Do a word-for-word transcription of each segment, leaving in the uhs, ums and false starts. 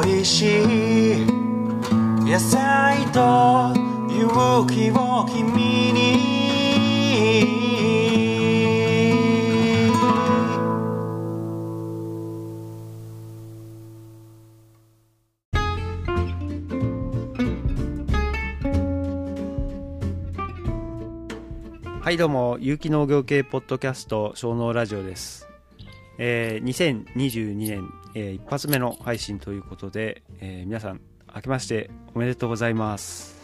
美味しい野菜と勇気を君にはいどうも有機農業系ポッドキャスト小農ラジオです、えー、にせんにじゅうにねん、えー、一発目の配信ということで、えー、皆さん明けましておめでとうございます。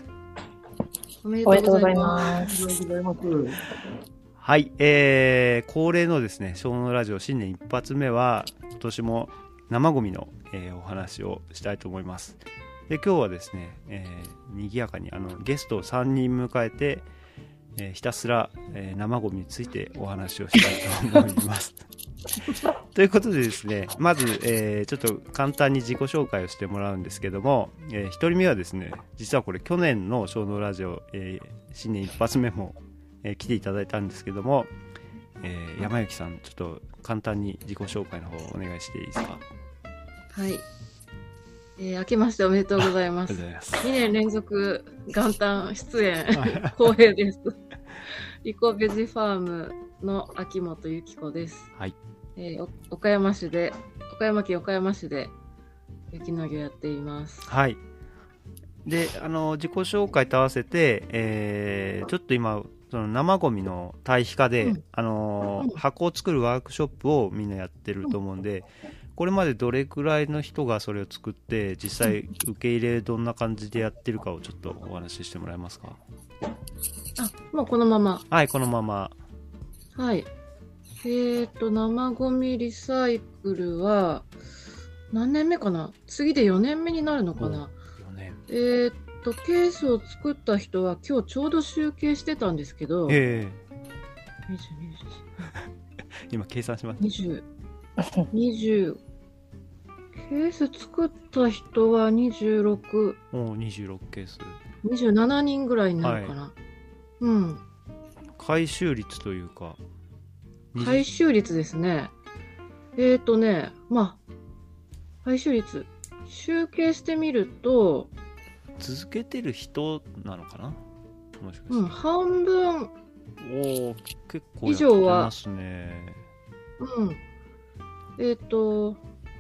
おめでとうございます。 はい、えー、恒例のですね小農ラジオ新年一発目は今年も生ゴミの、えー、お話をしたいと思います。で今日はですね、えー、賑やかにあのゲストをさんにん迎えてえー、ひたすら、えー、生ゴミについてお話をしたいと思いますということでですねまず、えー、ちょっと簡単に自己紹介をしてもらうんですけども、えー、ひとりめはですね実はこれ去年の小農ラジオ、えー、新年一発目も、えー、来ていただいたんですけども、えー、山幸さんちょっと簡単に自己紹介の方をお願いしていいですか。 はい、えー、明けましておめでとうございます。にねん連続元旦出演光栄ですリコベジファームの秋元由紀子です。 はい、 えー、岡山市で岡山県岡山市で雪農業やっています。 はい。であの自己紹介と合わせて、えー、ちょっと今その生ゴミの堆肥化で、うん、あのーうん、箱を作るワークショップをみんなやってると思うんで、うん、これまでどれくらいの人がそれを作って実際受け入れどんな感じでやってるかをちょっとお話ししてもらえますか。 あ、もうこのまま。 はい、このまま。 はい。えーと、生ゴミリサイクルは、何年目かな？次でよねんめになるのかな？よねん。えーと、ケースを作った人は今日ちょうど集計してたんですけど、 えー、にじゅう、にじゅう今計算します。 にじゅう、にじゅう、ケース作った人はにじゅうろく。 おー、にじゅうろくケース。 にじゅうななにんぐらいになるかな。はい、うん。 回収率というか。 回収率ですね。えーとね、まあ、回収率。集計してみると。 続けてる人なのかなもしかして。 うん、半分。 おー、結構やってますね。 うん。えーと、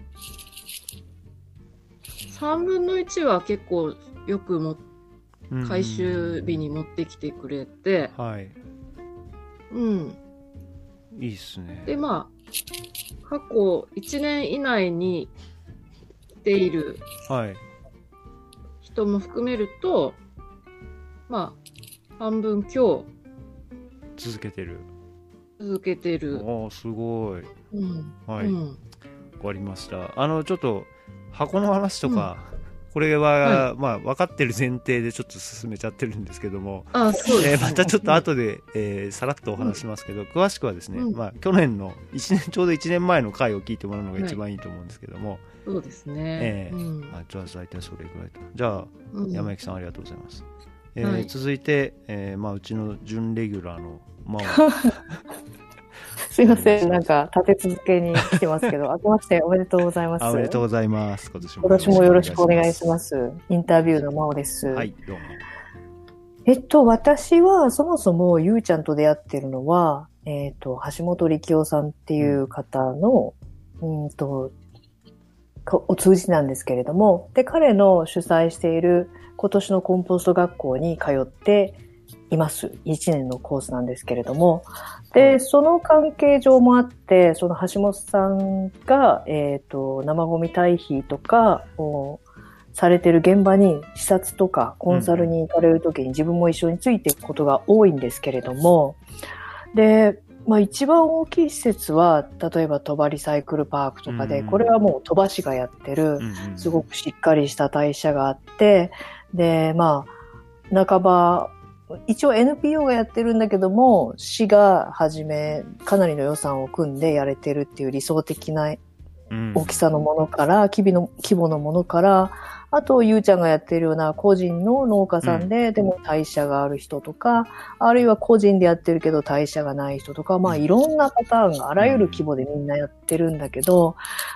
さんぶんのいちは結構よくも回収日に持ってきてくれて、 はい。 うん。 いいっすね。 で、まあ、過去いちねん以内に来ている人も含めると、まあ、半分強続けてる。 続けてる。 おー、すごい。 うん。 はい。 うん、 わかりました。あの、ちょっと、箱の話とか、うんこれは、はい、まあ分かってる前提でちょっと進めちゃってるんですけども、 あ、そうですね、 えー、またちょっと後で、えー、さらっとお話しますけど、うん、詳しくはですね、うん、まあ去年のいちねんちょうどいちねんまえの回を聞いてもらうのが一番いいと思うんですけども、はい、 そうですね。 えーうん、 まあ、じゃあ大体それぐらいと。じゃあ、うん、山幸さんありがとうございます。えーはい、 続いて、えーまあ、うちの準レギュラーの真央すいません、なんか立て続けに来てますけど、明けましておめでとうございます。 おめでとうございます。今年も今年もよろしくお願いします。インタビューの真央です。 はい、どうも。 えっと、私はそもそもゆうちゃんと出会ってるのは、えっと、橋本力夫さんっていう方の、うん、うんと、を通じてなんですけれども、で、彼の主催している今年のコンポスト学校に通っています。いちねんのコースなんですけれども、で、その関係上もあって、その橋本さんが、えっと、生ゴミ堆肥とかをされてる現場に視察とかコンサルに行かれるときに自分も一緒についていくことが多いんですけれども、で、まあ一番大きい施設は、例えば鳥羽リサイクルパークとかで、これはもう鳥羽市がやってる、すごくしっかりした代謝があって、で、まあ、半ば、一応 エヌピーオー がやってるんだけども、市がはじめかなりの予算を組んでやれてるっていう理想的な大きさのものから、規模の、規模のものから、あと、ゆうちゃんがやってるような個人の農家さんで、でも代謝がある人とか、あるいは個人でやってるけど代謝がない人とか、まあいろんなパターンがあらゆる規模でみんなやってるんだけど、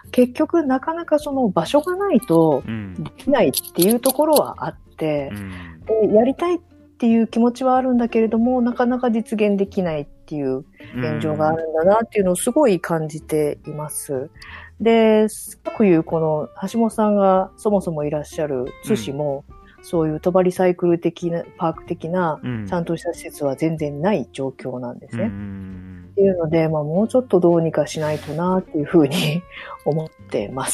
結局なかなかその場所がないとできないっていうところはあって、うん、でやりたいっていう気持ちはあるんだけれども、なかなか実現できないっていう現状があるんだなっていうのをすごい感じています。で、各いうこの橋本さんがそもそもいらっしゃる津市も、うん、そういう鳥羽リサイクル的な、パーク的な、ちゃんとした施設は全然ない状況なんですね。うん、っていうので、まあもうちょっとどうにかしないとなっていうふうに思ってます。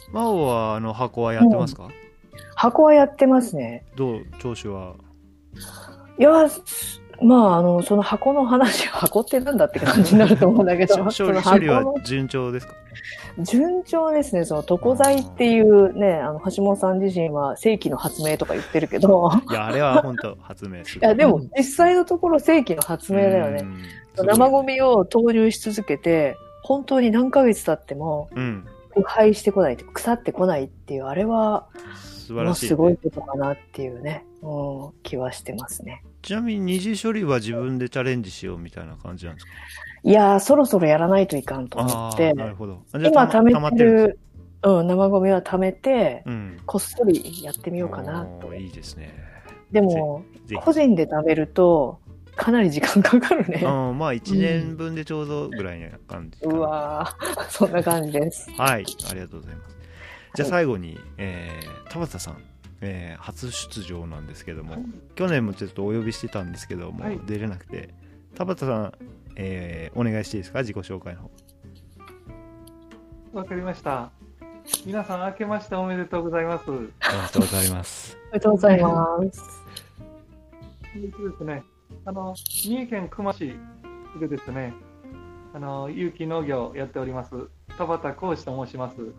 真央はあの箱はやってますか？うん、 箱はやってますね。 どう、調子は？ いや、まあ、あの、その箱の話、箱ってなんだって感じになると思うんだけど。 処理、処理は順調ですか？ 順調ですね。その、床材っていうね、あの、橋本さん自身は世紀の発明とか言ってるけど。 いや、あれは本当発明する。 いや、でも、実際のところ世紀の発明だよね。生ゴミを投入し続けて、本当に何ヶ月経っても、腐敗してこない、腐ってこないっていう、あれは、 素晴らしい、ね。 すごいことかなっていうね、うん、気はしてますね。 ちなみに二次処理は自分でチャレンジしようみたいな感じなんですか？ いやー、そろそろやらないといかんと思って、 なるほど。 今貯めてる、うん、生ゴミは貯めて、うん、こっそりやってみようかなと。 いいですね。 でも、個人で貯めると、かなり時間かかるね。 うん、まあいちねんぶんでちょうどぐらいな感じ、 うん。うわー、そんな感じです。 はい、ありがとうございます。じゃあ最後に、はい、えー、田畑さん。えー、初出場なんですけども、はい、去年もちょっとお呼びしてたんですけども、はい、出れなくて、田畑さん、えー、お願いしていいですか、自己紹介の方。 わかりました。皆さん明けましておめでとうございます。 ありがとうございます。 おめでとうございます。 えっとですね、あの三重県熊市でですね、あの有機農業をやっております田畑浩志と申します。はい。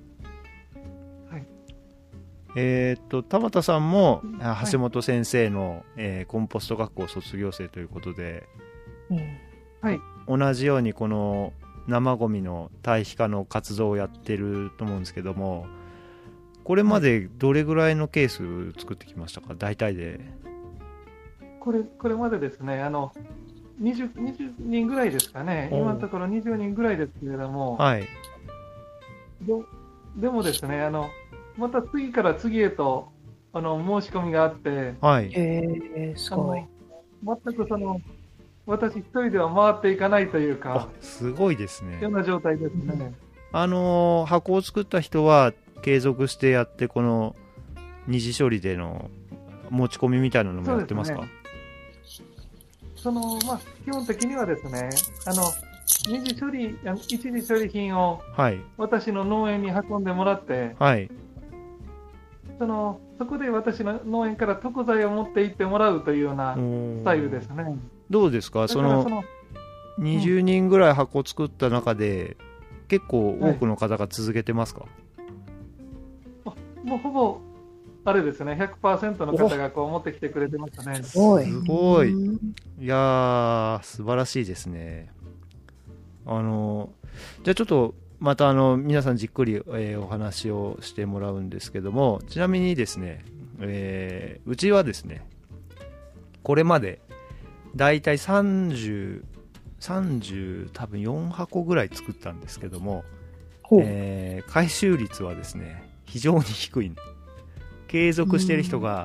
えー、っと田畑さんも橋本先生の、はい、えー、コンポスト学校卒業生ということで、 うん、はい、 同じようにこの生ゴミの堆肥化の活動をやってると思うんですけども、これまでどれぐらいのケース作ってきましたか、大体で。 これ、これまでですね、あの 20, 20人ぐらいですかね、今のところにじゅうにんぐらいですけれども、 はい、 で, でもですね、あのまた次から次へとあの申し込みがあって、 はい、 えー、すごい。 全くその私一人では回っていかないというか、 すごいですね。 ような状態ですね。 あの箱を作った人は継続してやって、この二次処理での持ち込みみたいなのもやってますか？ そのまあ基本的にはですね、あの二次処理、一次処理品を私の農園に運んでもらって、 はい、 そのそこで私の農園から特材を持って行ってもらうというようなスタイルですね。 どうですか、その、そのにじゅうにんぐらい箱を作った中で、うん、結構多くの方が続けてますか？ はい、もうほぼあれですね、ひゃくパーセント の方がこう持ってきてくれてましたね。 すごい。 すごい。いやー、素晴らしいですね。あのじゃあちょっとまたあの皆さんじっくり、えー、お話をしてもらうんですけども、ちなみにですね、えー、うちはですね、これまでだいたいさんじゅう、さんじゅう多分よん箱ぐらい作ったんですけども、えー、回収率はですね非常に低い。継続してる人が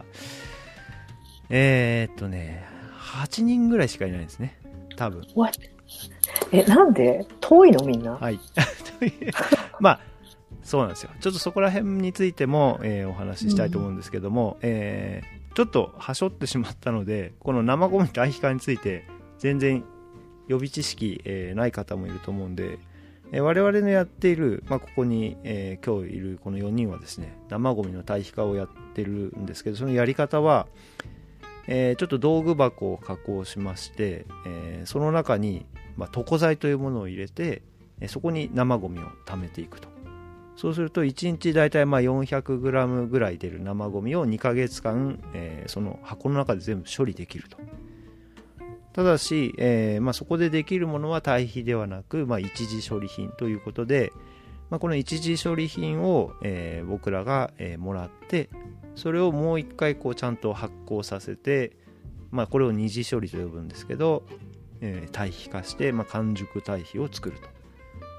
えー、っとねはちにんぐらいしかいないんですね、多分。 What? え、なんで遠いのみんな。 はい。まあそうなんですよ。ちょっとそこら辺についても、えー、お話ししたいと思うんですけども、うん、えー、ちょっとはしょってしまったので、この生ゴミ堆肥化について全然予備知識、えー、ない方もいると思うんで、えー、我々のやっている、まあ、ここに、えー、今日いるこのよにんはですね、生ゴミの堆肥化をやってるんですけど、そのやり方は、えー、ちょっと道具箱を加工しまして、えー、その中に、まあ、床材というものを入れて、えー、そこに生ゴミを溜めていくと。そうするといちにちだいたいまあ よんひゃくグラム ぐらい出る生ゴミをにかげつかん、えー、その箱の中で全部処理できると。ただし、えーまあ、そこでできるものは堆肥ではなく、まあ、一次処理品ということで、まあ、この一次処理品を、えー、僕らが、えー、もらって、それをもう一回こうちゃんと発酵させて、まあ、これを二次処理と呼ぶんですけど、えー、堆肥化して、まあ、完熟堆肥を作ると。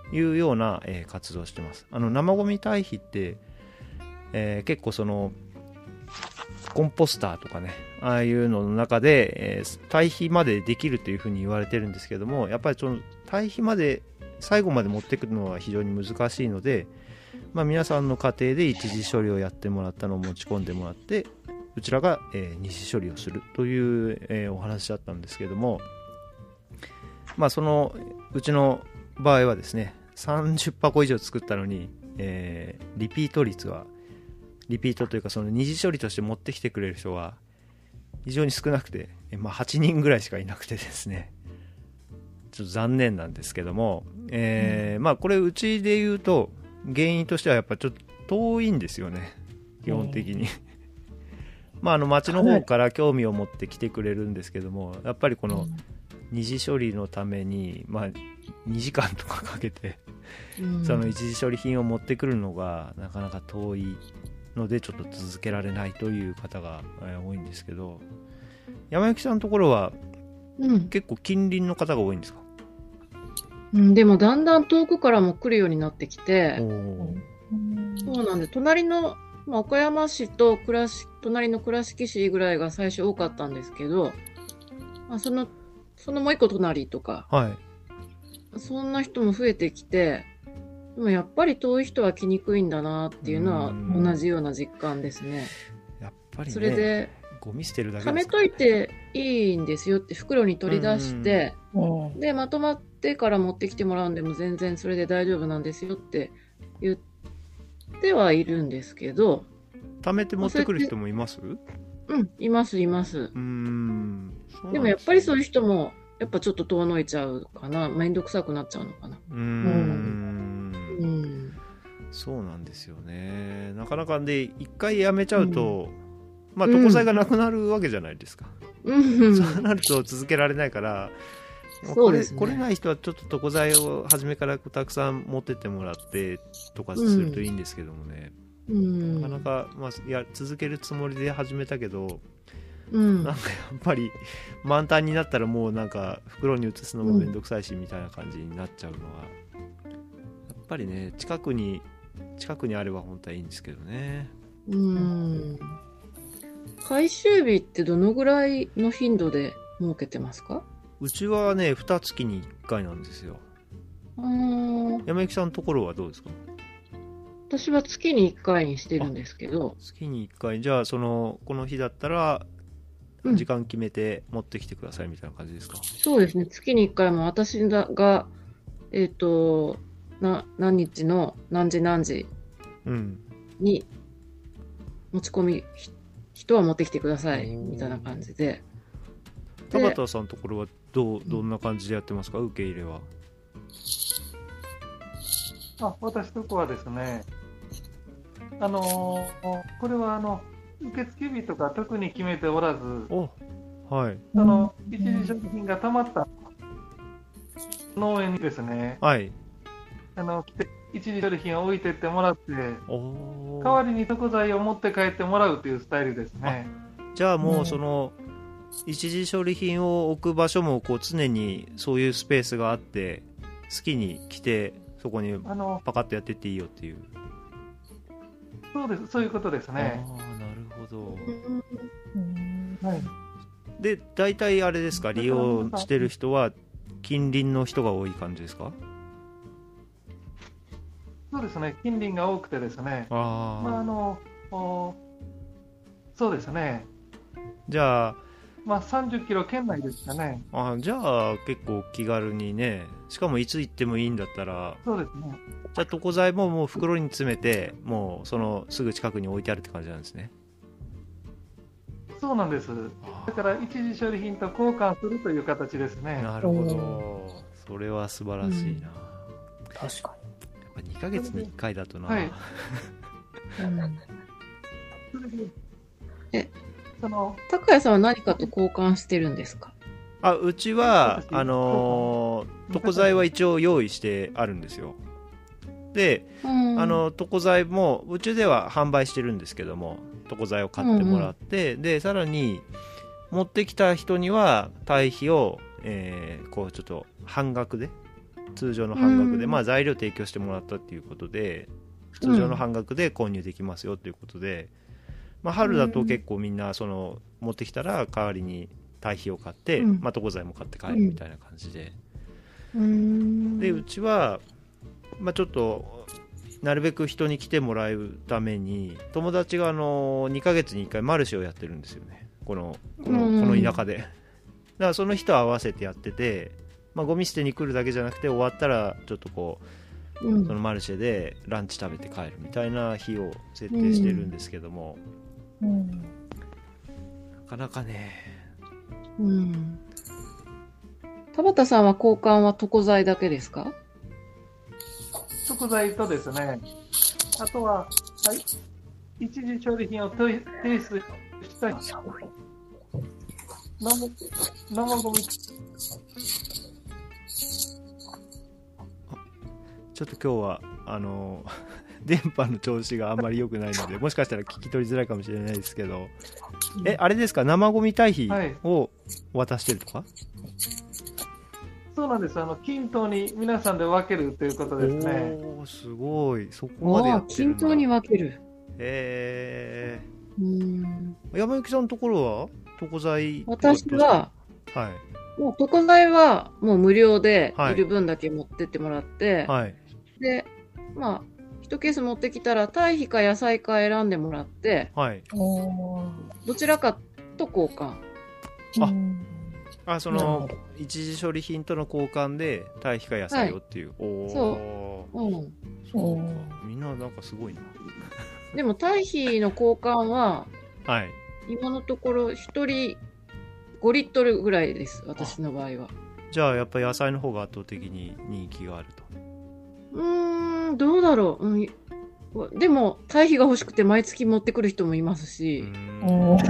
いうような、えー活動をしてます。あの生ゴミ堆肥って、えー結構そのコンポスターとかね、ああいうのの中で、えー堆肥までできるというふうに言われてるんですけども、やっぱりその堆肥まで最後まで持ってくるのは非常に難しいので、まあ、皆さんの家庭で一次処理をやってもらったのを持ち込んでもらって、うちらが、えー二次処理をするという、えーお話だったんですけども、まあ、そのうちの場合はですね、さんじゅっぱこ以上作ったのに、えーリピート率はリピートというかその二次処理として持ってきてくれる人は非常に少なくて、えまあ、はちにんぐらいしかいなくてですね、ちょっと残念なんですけども、えーまあ、これうちで言うと原因としてはやっぱちょっと遠いんですよね、基本的に。まあ、あの町の方から興味を持ってきてくれるんですけども、やっぱりこの二次処理のために、まあ、にじかんとかかけてその一次処理品を持ってくるのがなかなか遠いので、ちょっと続けられないという方がえー多いんですけど、山幸さんのところはうん結構近隣の方が多いんですか？ うん、でもだんだん遠くからも来るようになってきおて、 ーそうなんで、隣の、まあ、岡山市と倉敷隣の倉敷市ぐらいが最初多かったんですけど、まあ、その、そのもう一個隣とか、 はいそんな人も増えてきて、でもやっぱり遠い人は来にくいんだなっていうのはうん同じような実感ですね。 やっぱりね、 それで、 ゴミ捨てるだけ貯めですかといていいんですよって袋に取り出して、 うんで、まとまってから持ってきてもらうんでも全然それで大丈夫なんですよって言ってはいるんですけど、 貯めて持ってくる人もいます？ううん、いますいます。 ーんそうなんすねでもやっぱりそういう人も、やっぱちょっと遠のいちゃうかな。めんどくさくなっちゃうのかな。 うーんうん。 そうなんですよね。なかなかで一回やめちゃうと、まあ床材がなくなるわけじゃないですか、 うん。 そうなると続けられないから、 そうですねこれ来れない人はちょっと床材を初めからたくさん持ってってもらってとかするといいんですけどもね、 うん。 なかなか、まあ、いや続けるつもりで始めたけど、 うん。 なんかやっぱり満タンになったらもうなんか袋に移すのもめんどくさいしみたいな感じになっちゃうのは、やっぱりね近くに近くにあれば本当はいいんですけどね。 うん。回収日ってどのぐらいの頻度で設けてますか？ うちはねにがつにいっかいなんですよ。 あー山幸さんのところはどうですか？ 私は月にいっかいにしてるんですけど、 月にいっかい、じゃあそのこの日だったらうん時間決めて持ってきてくださいみたいな感じですか？ そうですね、月にいっかいも私が、えっと、な、何日の何時何時うんに持ち込み、ひ人は持ってきてください、 おーみたいな感じで。 田畑さんのところはどうどんな感じでやってますか、受け入れは。 あ、私とこはですね、あのーこれはあの受付日とか特に決めておらず、 おはいあの一次処理品がたまった農園にですね、 はいあの来て一次処理品を置いてってもらって、 お代わりに食材を持って帰ってもらうというスタイルですね。 じゃあもううんその一次処理品を置く場所もこう常にそういうスペースがあって好きに来てそこにあのパカッとやってっていいよっていう。 そうです、そういうことですね。 ああなるほど。 うんはい、 で大体あれですか、利用してる人は近隣の人が多い感じですか？ そうですね、近隣が多くてですね、 ああ、 まああのおそうですね、 じゃあまあ、さんじゅっキロ圏内ですかね。 あじゃあ結構気軽にね、しかもいつ行ってもいいんだったら、 そうですね。 じゃあ床材ももう袋に詰めてもうそのすぐ近くに置いてあるって感じなんですね。 そうなんです。だから一次処理品と交換するという形ですね。 なるほど、それは素晴らしいな、 確かやっぱにかげつにいっかいだとな、 はいうんそれでえその高谷さんは何かと交換してるんですか？ あうちは私あのー床材は一応用意してあるんですよ。で、 うんあの床材もうちでは販売してるんですけども、床材を買ってもらって、でさらに持ってきた人には堆肥を、えーこうちょっと半額で通常の半額で、 うんまあ、材料提供してもらったっていうことで通常の半額で購入できますよということで、まあ、春だと結構みんなその持ってきたら代わりに堆肥を買って、 うんまあ、床材も買って帰るみたいな感じで、 うーんでうちは、まあ、ちょっとなるべく人に来てもらうために友達があのにかげつにいっかいマルシェをやってるんですよね、このこの、 うんこの田舎で。だからその人合わせてやってて、まあ、ゴミ捨てに来るだけじゃなくて終わったらちょっとこううんそのマルシェでランチ食べて帰るみたいな日を設定してるんですけども、 うん。 なかなかね、 うん田畑さんは交換は床材だけですか？ 食材とですね、あとは、はい、一時調理品を提提出したい生生ゴミ。 ちょっと今日はあの電波の調子があんまり良くないのでもしかしたら聞き取りづらいかもしれないですけど、えあれですか、生ゴミ堆肥を渡してるとか？ そうなんです。あの均等に皆さんで分けるということですね。 おーすごい、そこまでやああってるんだ。 均等に分ける。 えうんー、山幸さんのところは床材私ははいもう床材はもう無料ではいいる分だけ持ってってもらって、 はいでまあ一ケース持ってきたら堆肥か野菜か選んでもらってはいおーどちらかと交換。 あうんあそのなるほど一時処理品との交換で堆肥か野菜をっていう、おおそうん、 そうか、みんななんかすごいな。 でも堆肥の交換ははい今のところひとりごリットルぐらいです私の場合は。 じゃあやっぱ野菜の方が圧倒的に人気があると。 うーんどうだろう、うん、でも堆肥が欲しくて毎月持ってくる人もいますうし、 ーうんうん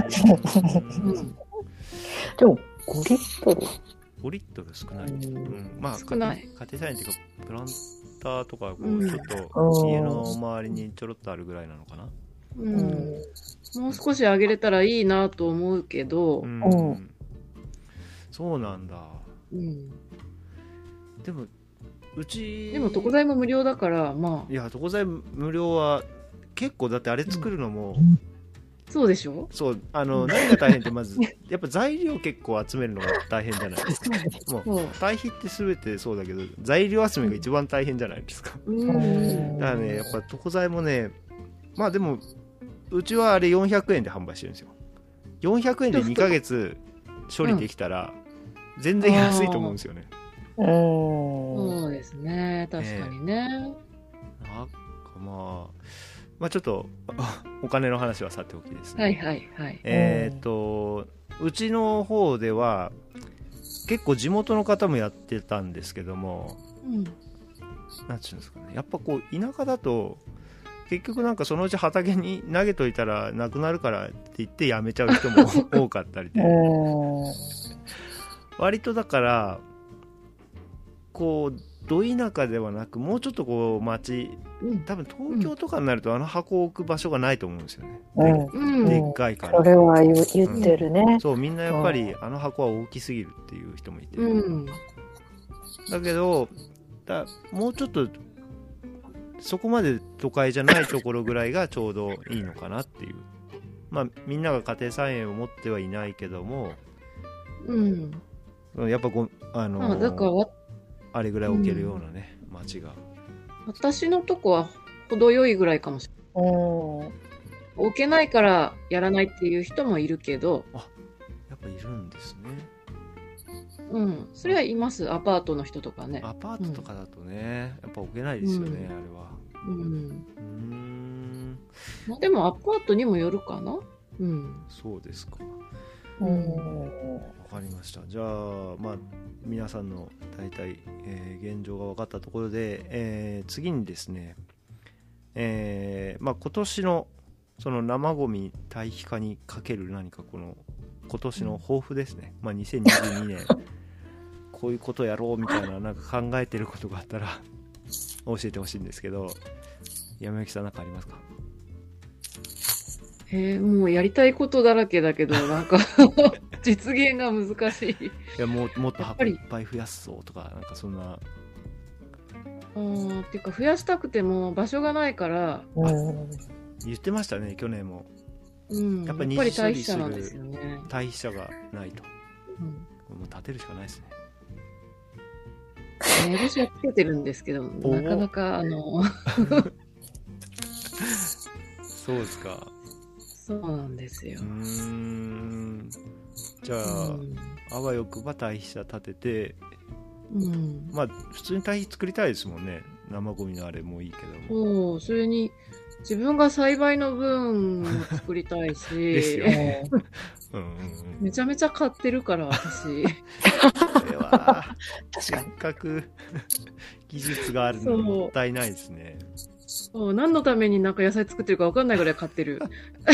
でも、ごリットル。 ごリットル少ない、 うんうん、まあ少ない家庭家庭菜園っていうかプランターとかこうんうちょっと家の周りにちょろっとあるぐらいなのかな。 うんうんもう少し上げれたらいいなと思うけど、 うんうんそうなんだ。 うんでもうちでも床材も無料だからまあいや床材無料は結構だってあれ作るのも、 そうでしょ。 そうあの何が大変ってまずやっぱ材料結構集めるのが大変じゃないですか。もうそう堆肥って全てそうだけど材料集めが一番大変じゃないですか。 うんだからねやっぱ床材もねまあでもうちはあれよんひゃくえんで販売してるんですよ。よんひゃくえんでにかげつ処理できたら全然安いと思うんですよね。 うん。 そうですね確かにね、 なんかまあまあちょっとお金の話はさておきですね。 はいはいはい。 えっ、とうちの方では結構地元の方もやってたんですけども、 うんなんていうんですかね、やっぱこう田舎だと結局なんかそのうち畑に投げといたらなくなるからって言ってやめちゃう人も多かったりで、 うん。 割とだからこうど田舎ではなくもうちょっとこう町、 うん多分東京とかになるとあの箱を置く場所がないと思うんですよね、 うん。 うんでっかいからそれは言う言ってるね。 そうみんなやっぱりあの箱は大きすぎるっていう人もいて、 うんだけどだもうちょっとそこまで都会じゃないところぐらいがちょうどいいのかなっていう、まあみんなが家庭菜園を持ってはいないけどもうんやっぱごあのあだからわあれぐらい置けるようなね、街が私のとこは程よいぐらいかもしれない。 うん。 置けないからやらないっていう人もいるけど、 やっぱいるんですね。 うん、それはいますアパートの人とかね。 アパートとかだとね、やっぱ置けないですよね、 うんあれは。 うん、 うーんまあ、でもアパートにもよるかな。うん、 そうですか。 うん。 わかりました。じゃあ、まあ、皆さんの大体、えー現状が分かったところで、えー次にですね、えーまあ、今年のその生ゴミ堆肥化にかける何かこの今年の抱負ですね、まあ、にせんにじゅうにねんこういうことやろうみたいななんか考えてることがあったら教えてほしいんですけど、山幸さん何かありますか？ へえもうやりたいことだらけだけどなんか実現が難しい。 いやもうもっとやっぱり箱いっぱい増やすぞとかなんかそんなうんっていうか増やしたくても場所がないから、 うん、 言ってましたね去年も、 うん、 やっぱりやっぱり二次処理す堆肥車なんでするよね。 堆肥車がないと、 うん、 もう建てるしかないですね。 目星はつけてるんですけど、なかなかあのそうですか。 そうなんですよ。 うーんじゃあ、うん、あわよくば堆肥車建てて、うん、まあ普通に堆肥作りたいですもんね。生ゴミのあれもいいけども。 そう、それに自分が栽培の分も作りたいしですよねうんうん、うん、 めちゃめちゃ買ってるから私これはせっかく技術があるのにもったいないですね。 そう、何のためになんか野菜作ってるか分かんないぐらい買ってる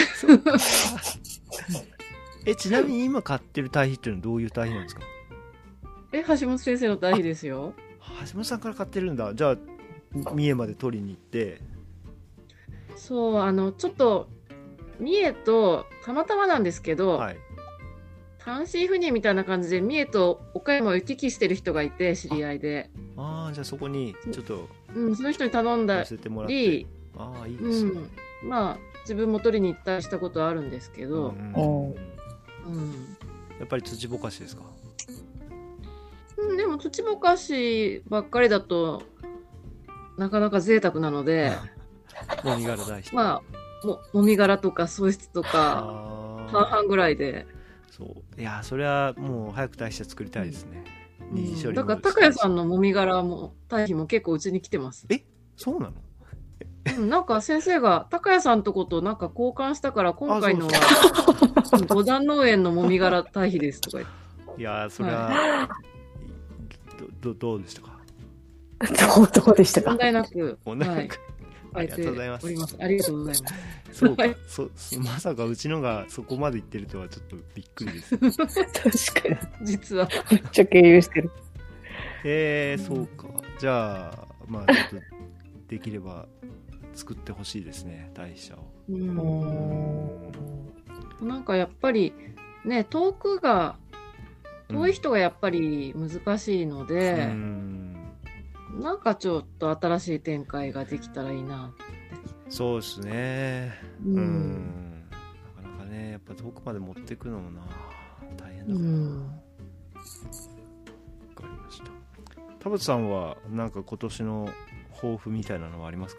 えちなみに今買ってる堆肥っていうのはどういう堆肥なんですか？ え橋本先生の堆肥ですよ。 橋本さんから買ってるんだ。じゃあ三重まで取りに行って。 そうあのちょっと三重とたまたまなんですけど、はい、単身赴任みたいな感じで三重と岡山を行き来してる人がいて知り合いで、 ああじゃあそこにちょっと、 うん、その人に頼んだり、 ああいいですね、うん、 まあ自分も取りに行ったりしたことはあるんですけど、うんうん、 やっぱり土ぼかしですか？ うん、でも土ぼかしばっかりだとなかなか贅沢なのでもみ殻大事。 まあももみ殻とか喪失とか半々ぐらいで。 そういやそれはもう早く堆肥車作りたいですね、うん、二次処理もだから高谷さんのもみ殻も堆肥も結構うちに来てます。 えそうなの？ うん、なんか先生が高谷さんとことなんか交換したから今回のは五段農園のもみ殻堆肥ですとか言って。 いやそれは、はい、ど, ど, どうでしたか？ どうどうでしたか？ 問題なく。 問題なく、はいありがとうございます。ありがとうございます。 そうか、そまさかうちのがそこまで行ってるとはちょっとびっくりです。 確かに。実は。 めっちゃ経由してる。 へえー、そうか。じゃあ、まあちょっとできれば作ってほしいですね、堆肥車を。 うん。なんかやっぱりね、遠くが遠い人がやっぱり難しいので。うんなんかちょっと新しい展開ができたらいいなって。 そうですね。うん。うんなかなかね、やっぱ遠くまで持っていくのもな大変だから。わ、うん、かりました。田淵さんはなんか今年の抱負みたいなのはありますか？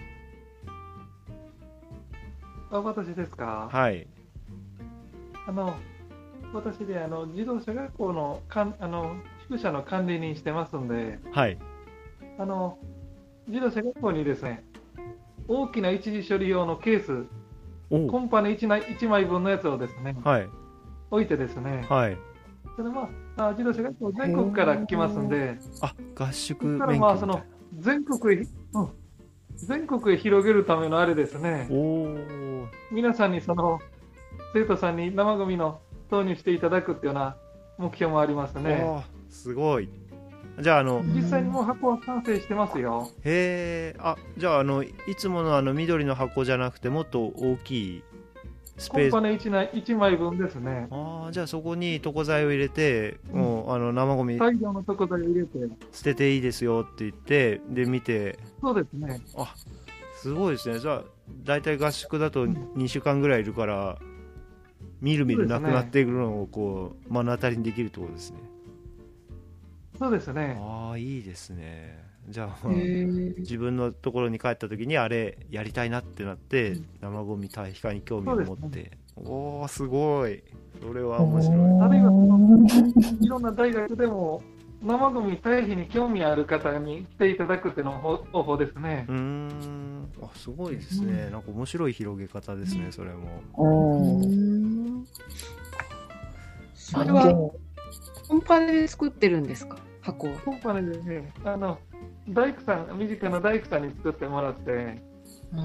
あ、私ですか？ はい。 あの私であの自動車学校のかんあの宿舎の管理人してますんで。 はい。 あの自動車学校にですね、大きな一次処理用のケース、コンパネ 1, いちまいぶんのやつをですね、 はい、 置いてですね、 はい、 それまあ自動車学校全国から来ますんで、 あ合宿免許みたいな、 まあその全国へ、うん、全国へ広げるためのあれですね。お皆さんにその生徒さんに生ゴミの投入していただくっていうような目標もありますね。 すごい。じゃああの実際にもう箱は完成してますよ。 へえ。あじゃああのいつものあの緑の箱じゃなくてもっと大きいスペースコンパネ 1, いちまいぶんですね。 あじゃあそこに床材を入れて、うん、もうあの生ゴミ大量の床材を入れて捨てていいですよって言ってで見て。 そうですね。 あすごいですね。じゃあだいたい合宿だとにしゅうかんぐらいいるから、うん、みるみるなくなっていくのをこう目の当たりにできるってことですね。 そうですね。 ああいいですね。じゃあ、まあ、自分のところに帰った時にあれやりたいなってなって、うん、生ゴミ堆肥化に興味を持って、ね、おおすごい。それは面白い。 あるいはそのいろんな大学でも生ゴミ堆肥に興味ある方に来ていただくっていうのも方法ですね。 うーんあすごいですね、うん、なんか面白い広げ方ですね、うん、それも。 うんそれはコンパネで作ってるんですか？箱コンパネでね、あの大工さん、身近な大工さんに作ってもらって。 あ、うん、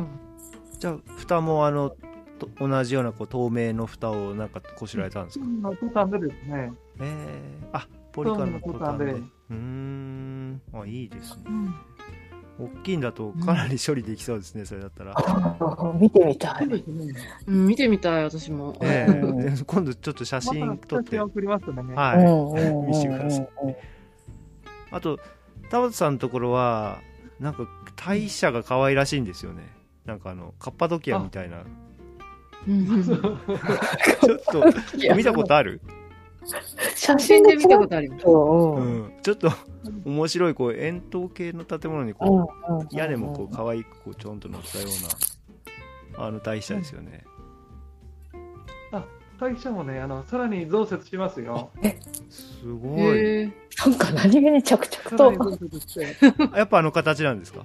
じゃあ蓋もあのと同じようなこう透明の蓋をなんかこしられたんですか？ トタンでですね。 えー、あポリカンのトタンで。うーんあいいですね、うん、大きいんだとかなり処理できそうですね、うん、それだったら。 見てみたい、 うん、見てみたい私も、 えー、今度ちょっと写真撮って、 ま、送りますね。 はい、見せてください。あと田畑さんのところはなんか大社が可愛らしいんですよね。なんかあのカッパドキアみたいな。ちょっと見たことある？ 写真で見たことあります。 うん、ちょっと面白いこう円筒形の建物にこう屋根もこう可愛くこうちょんと乗ったようなあの大社ですよね。 あ、大社もね、あのさらに増設しますよ。 え、 すごい。 なんか何気に着々と。 やっぱあの形なんですか？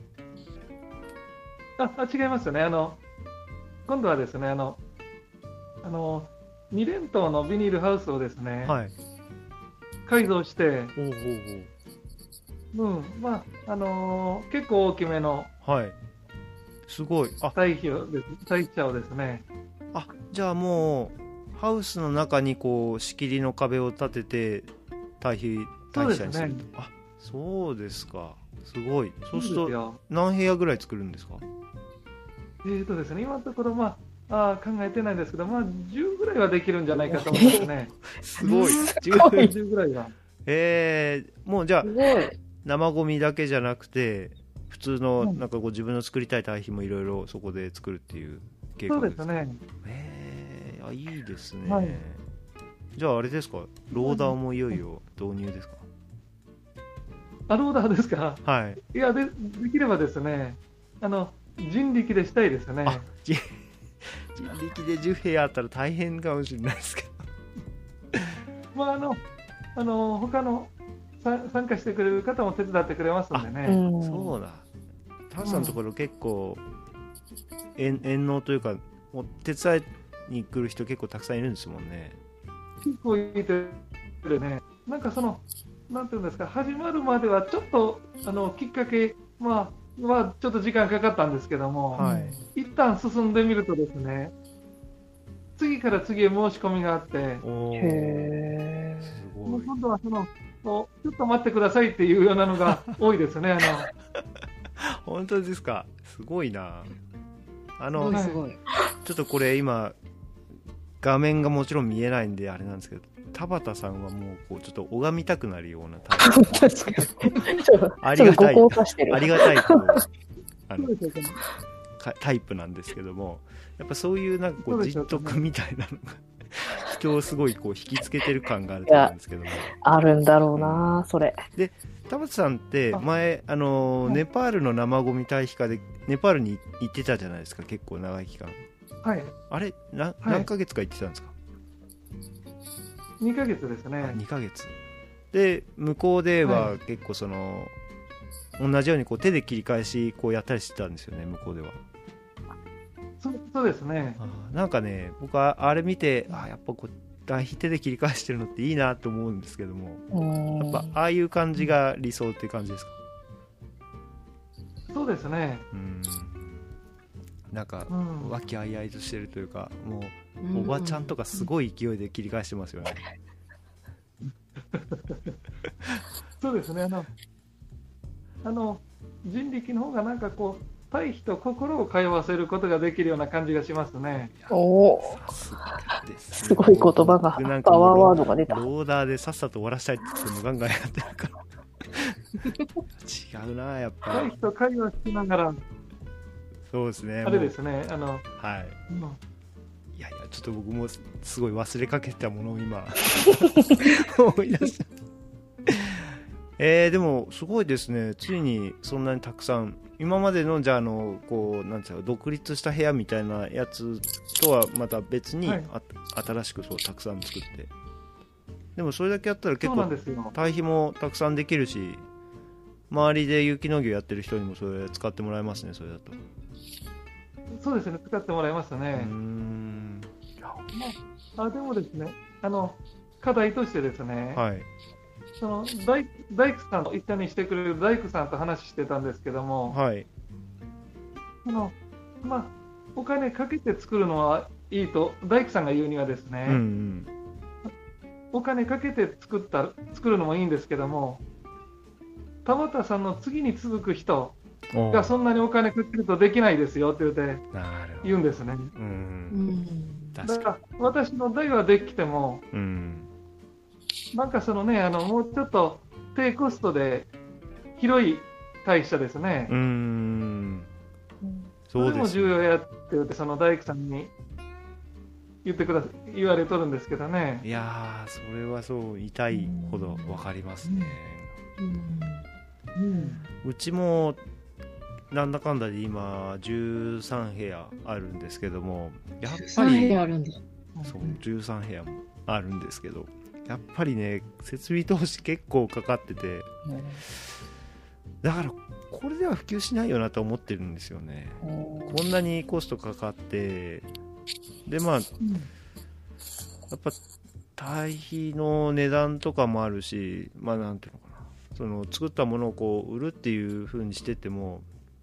あ、あ違いますよね。あの今度はですね、あのあのに連棟のビニールハウスをですね、 はい、 改造して、 おうおうおう、うん、まああのー、結構大きめの、 はい、すごい、あ、 堆肥をです堆肥をですね。 あ、じゃあもうハウスの中にこう仕切りの壁を立てて堆肥堆肥にすると、ね、あ、そうですか、すごい。そうすると何部屋ぐらい作るんですか？ えーとですね、今のところまああ考えてないんですけど、まあ、じゅうぐらいはできるんじゃないかと思いますね。 すごい。 じゅうぐらいは。 えー、もうじゃあ、生ゴミだけじゃなくて、普通の、なんかこう自分の作りたい堆肥もいろいろそこで作るっていう計画ですか？そうですね。えー、あ、いいですね。はい、じゃああれですか、ローダーもいよいよ導入ですか？ あ、ローダーですか？ はい。 いや、で、できればですね、あの、人力でしたいですね。 あ、人力でじゅう部屋あったら大変かもしれないですけどまああのあの他の参加してくれる方も手伝ってくれますんでね。 うん、そうだ。田畑さんのところ結構、うん、遠納というかもう手伝いに来る人結構たくさんいるんですもんね。 結構いてるね。なんかそのなんていうんですか、始まるまではちょっとあのきっかけまあまあ、ちょっと時間かかったんですけども、はい、一旦進んでみるとですね、次から次へ申し込みがあって、へすごい。もう今度はそのもうちょっと待ってくださいっていうようなのが多いですね。あの本当ですか？すごいな。あのすごいちょっとこれ今画面がもちろん見えないんであれなんですけど、田畑さんはもうこうちょっと拝みたくなるようなタイプありがたいありがたいこうあのタイプなんですけども、やっぱそういうなんかこうじっとくみたいなのが人をすごいこう引きつけてる感があると思うんですけども、 あるんだろうな、うん、それで田畑さんって前あのネパールの生ゴミ堆肥化でネパールに行ってたじゃないですか、結構長い期間。 はい、 あれな、はい、何ヶ月か行ってたんですか？ にかげつですね。 にかげつで向こうでは結構その、はい、同じようにこう手で切り返しこうやったりしてたんですよね、向こうでは。 そ, そうですね。 あ、なんかね、僕はあれ見て、あ、やっぱこう堆肥手で切り返してるのっていいなと思うんですけども、やっぱああいう感じが理想っていう感じですか？ そうですね。 うん、なんか和気あいあいとしてるというか、もうおばちゃんとかすごい勢いで切り返してますよね。 そうですね。あのあの人力の方がなんかこう堆肥と心を通わせることができるような感じがしますね。 おお、すごい言葉がパワーワードが出た。 ローダーでさっさと終わらせたいって言ってもガンガンやってるから違うな、やっぱ堆肥と会話しながら。 そうですね。 あれですね。あのはい、うん、いやいや、ちょっと僕もすごい忘れかけたものを今思い出した。えー、でもすごいですね。ついにそんなにたくさん、今までのじゃあ、あのこうなんていうか独立した部屋みたいなやつとはまた別に、はい、あ新しくそうたくさん作って、でもそれだけやったら結構堆肥もたくさんできるし、周りで有機農業やってる人にもそれ使ってもらえますね、それだと。 そうですね、使ってもらいますね。うーん、まあ、でもですね、あの課題としてですね、はい、その大大工さんと一緒にしてくれる大工さんと話してたんですけども、はい、そのまあ、お金かけて作るのはいいと大工さんが言うにはですね、うんうん、お金かけて作った作るのもいいんですけども、田畑さんの次に続く人がそんなにお金かけるとできないですよって言って言うんですね。うん、だから私の代はできても、うん、なんかそのね、あのもうちょっと低コストで広い大社ですね。 うーん。そうです、ね。 それも重要やって言って、その大工さんに言ってくださ言われとるんですけどね。 いやー、それはそう痛いほど分かりますね。 うん。 うちもなんだかんだで今じゅうさんへやあるんですけども、やっぱりさんへやあるんだ。 そうじゅうさんへやもあるんですけど、やっぱりね設備投資結構かかってて、だからこれでは普及しないよなと思ってるんですよね。こんなにコストかかってでまあ、やっぱ堆肥の値段とかもあるし、まあなんていうのかな、その作ったものをこう売るっていう風にしてても、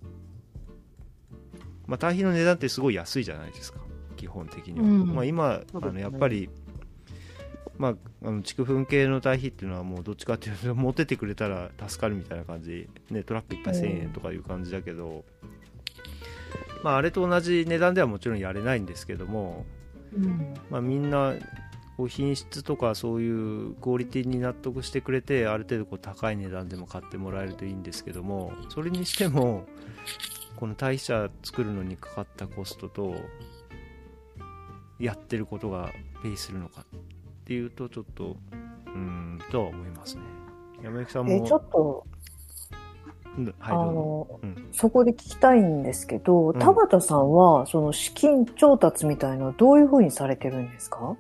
まあ堆肥の値段ってすごい安いじゃないですか基本的には、うん、まあ今あのやっぱりまあ、あの畜糞系の堆肥っていうのはもうどっちかっていうと持ってってくれたら助かるみたいな感じ、ね、トラックいっぱいせんえんとかいう感じだけど、まあ、あれと同じ値段ではもちろんやれないんですけども、うんまあ、みんなこう品質とかそういうクオリティに納得してくれてある程度こう高い値段でも買ってもらえるといいんですけども、それにしてもこの堆肥車作るのにかかったコストとやってることがペイするのかっていうとちょっとうーんとは思いますね。山崎さんもえちょっと、 うん、はい、 あの、うん、そこで聞きたいんですけど、うん、田畑さんはその資金調達みたいなのはどういうふうにされてるんですか？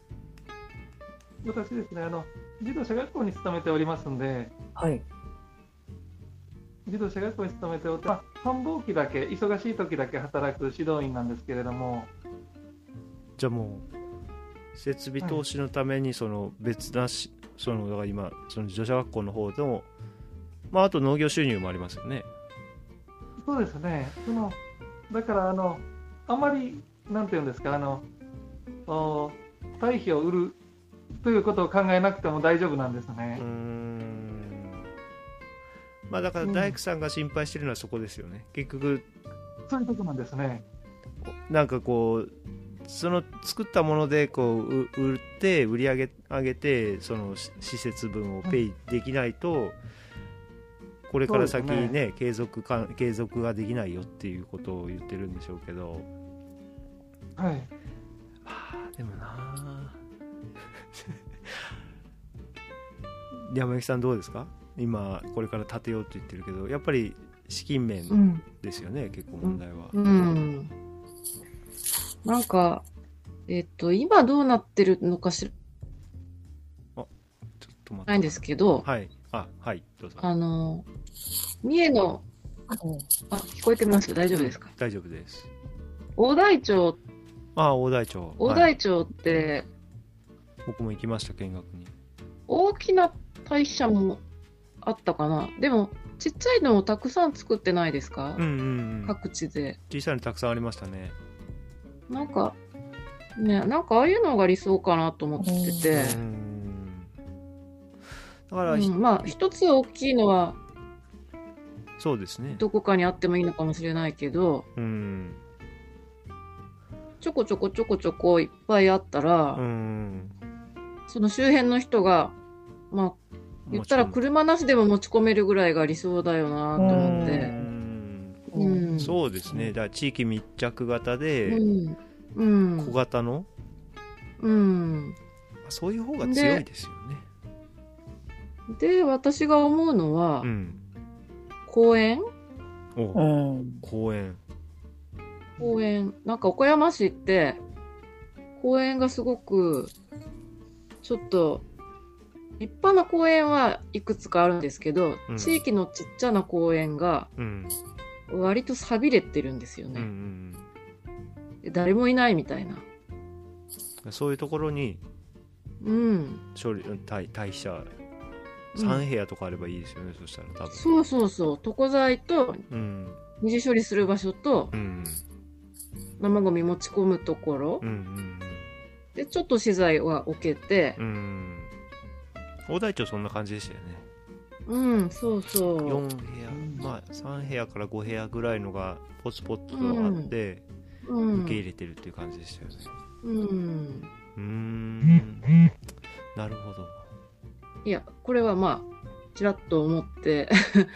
私ですね、あの自動車学校に勤めておりますんで、 はい、 自動車学校に勤めておって、まあ、繁忙期だけ忙しい時だけ働く指導員なんですけれども、 じゃあもう設備投資のためにその別なし、はい、そのだから今その自動車学校の方でも、まあ、あと農業収入もありますよね。 そうですね。そのだからあのあまりなんていうんですか、あの堆肥を売るということを考えなくても大丈夫なんですね。うーん、 まあだから大工さんが心配してるのはそこですよね、うん、結局そういうことなんですね。 なんかこうその作ったものでこう売って売り上げ上げてその施設分をペイできないと、うん、これから先 ね, ね継続か継続ができないよっていうことを言ってるんでしょうけど、 はい、 まあでもな山崎さんどうですか？今これから建てようと言ってるけどやっぱり資金面ですよね、うん、結構問題は。 うんうんなんか、えっと、今どうなってるのか知らないんですけど、 はい、あ、はい、どうぞ。 あの、三重の、あ、聞こえてます？大丈夫ですか？ 大丈夫です。 大台町、 あ、大台町。 大台町って、はい、 僕も行きました、見学に。 大きな堆肥車もあったかな。でも、ちっちゃいのをたくさん作ってないですか？ うんうんうん。 各地で。 小さいのたくさんありましたね。 なんか、ね、なんかああいうのが理想かなと思ってて。うん、だから、うん、まあ、一つ大きいのは、 そうですね。 どこかにあってもいいのかもしれないけど、うん、ちょこちょこちょこちょこいっぱいあったら、うん、その周辺の人が、まあ、言ったら車なしでも持ち込めるぐらいが理想だよなと思って。 うん、そうですね。だから地域密着型で、うん、小型の、うん、そういう方が強いですよね。 で、で私が思うのは、うん、公園、 お、公園公園なんか岡山市って公園がすごくちょっと立派な公園はいくつかあるんですけど、うん、地域のちっちゃな公園が、うん割と寂れてるんですよね、うんうん、誰もいないみたいな。 そういうところに、うん、処理堆肥車さんへやとかあればいいですよね、うん、そしたら多分。 そうそうそう、床材と二次処理する場所と、うん、生ゴミ持ち込むところ、うんうん、でちょっと資材は置けて、うん、 大台町そんな感じでしたよね。 うん、そうそう。 よんへや、まあさんへやからごへやぐらいのがポツポツとあって、うん、受け入れてるっていう感じでしたよね。うん。うーん。なるほど。 いや、これはまあちらっと思って。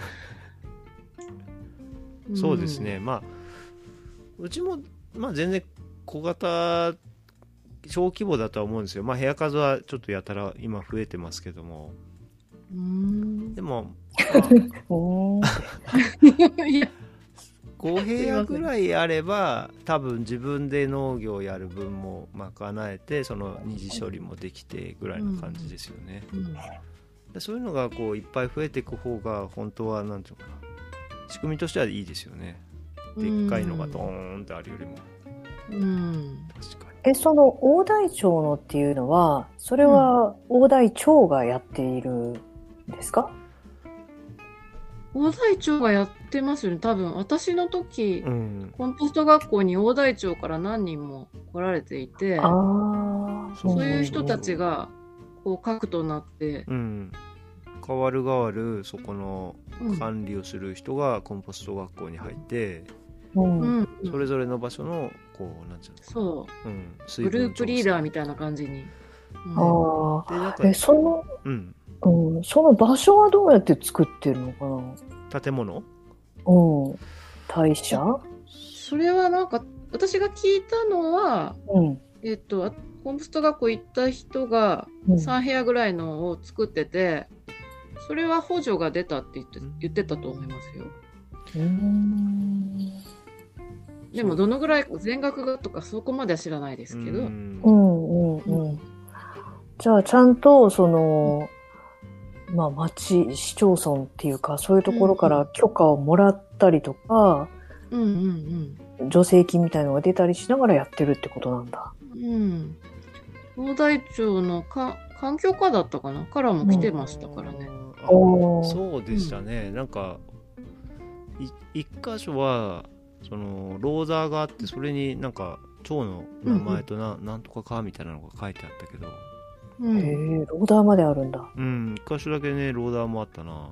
そうですね、まあうちも、まあ、全然小型小規模だとは思うんですよ。まあ部屋数はちょっとやたら今増えてますけども、 うーんでも、 おーいやご部屋ぐらいあれば多分自分で農業やる分も賄えて、その二次処理もできてぐらいの感じですよね、 うんでそういうのがこういっぱい増えていく方が本当はなんていうのかな、仕組みとしてはいいですよね。でっかいのがドーンってあるよりも。 うん確かに。 え、その大台町のっていうのは、それは大台町がやっているんですか？ 大台町がやってますよね。多分私の時、 うん、 コンポスト学校に大台町から何人も来られていて、 ああ、 そういう人たちがこう核となって、 うん、変わる変わるそこのうん管理をする人がコンポスト学校に入って、 うんうんそれぞれの場所のこうなんていうの、 そうん、 う水グループリーダーみみたいな感じに。うんあでなんかあ、え、その、 うん、 うん、その場所はどうやって作ってるのか建物、 な？うん。代謝？ それはなんか私が聞いたのは、 うん。 えっと、あコンポスト学校行った人がうんさん部屋ぐらいのを作ってて、それは補助が出たって言って言ってたと思いますよ。 うーん。 でもどのぐらい全額がとかそこまでは知らないですけど、 うんうんうんうん。じゃあ、ちゃんと、その、まあ、町、市町村っていうか、そういうところから許可をもらったりとか、 うんうん助成金みたいのが出たりしながらやってるってことなんだ。 うんうん。大台町のか環境課だったかなからも来てましたからね。 あおーそうでしたね、なんかい一箇所はそのローザーがあって、それになんか町の名前とな、なんとかかみたいなのが書いてあったけど、 うんへえ、ローダーまであるんだ。 うん一箇所だけねローダーもあったな。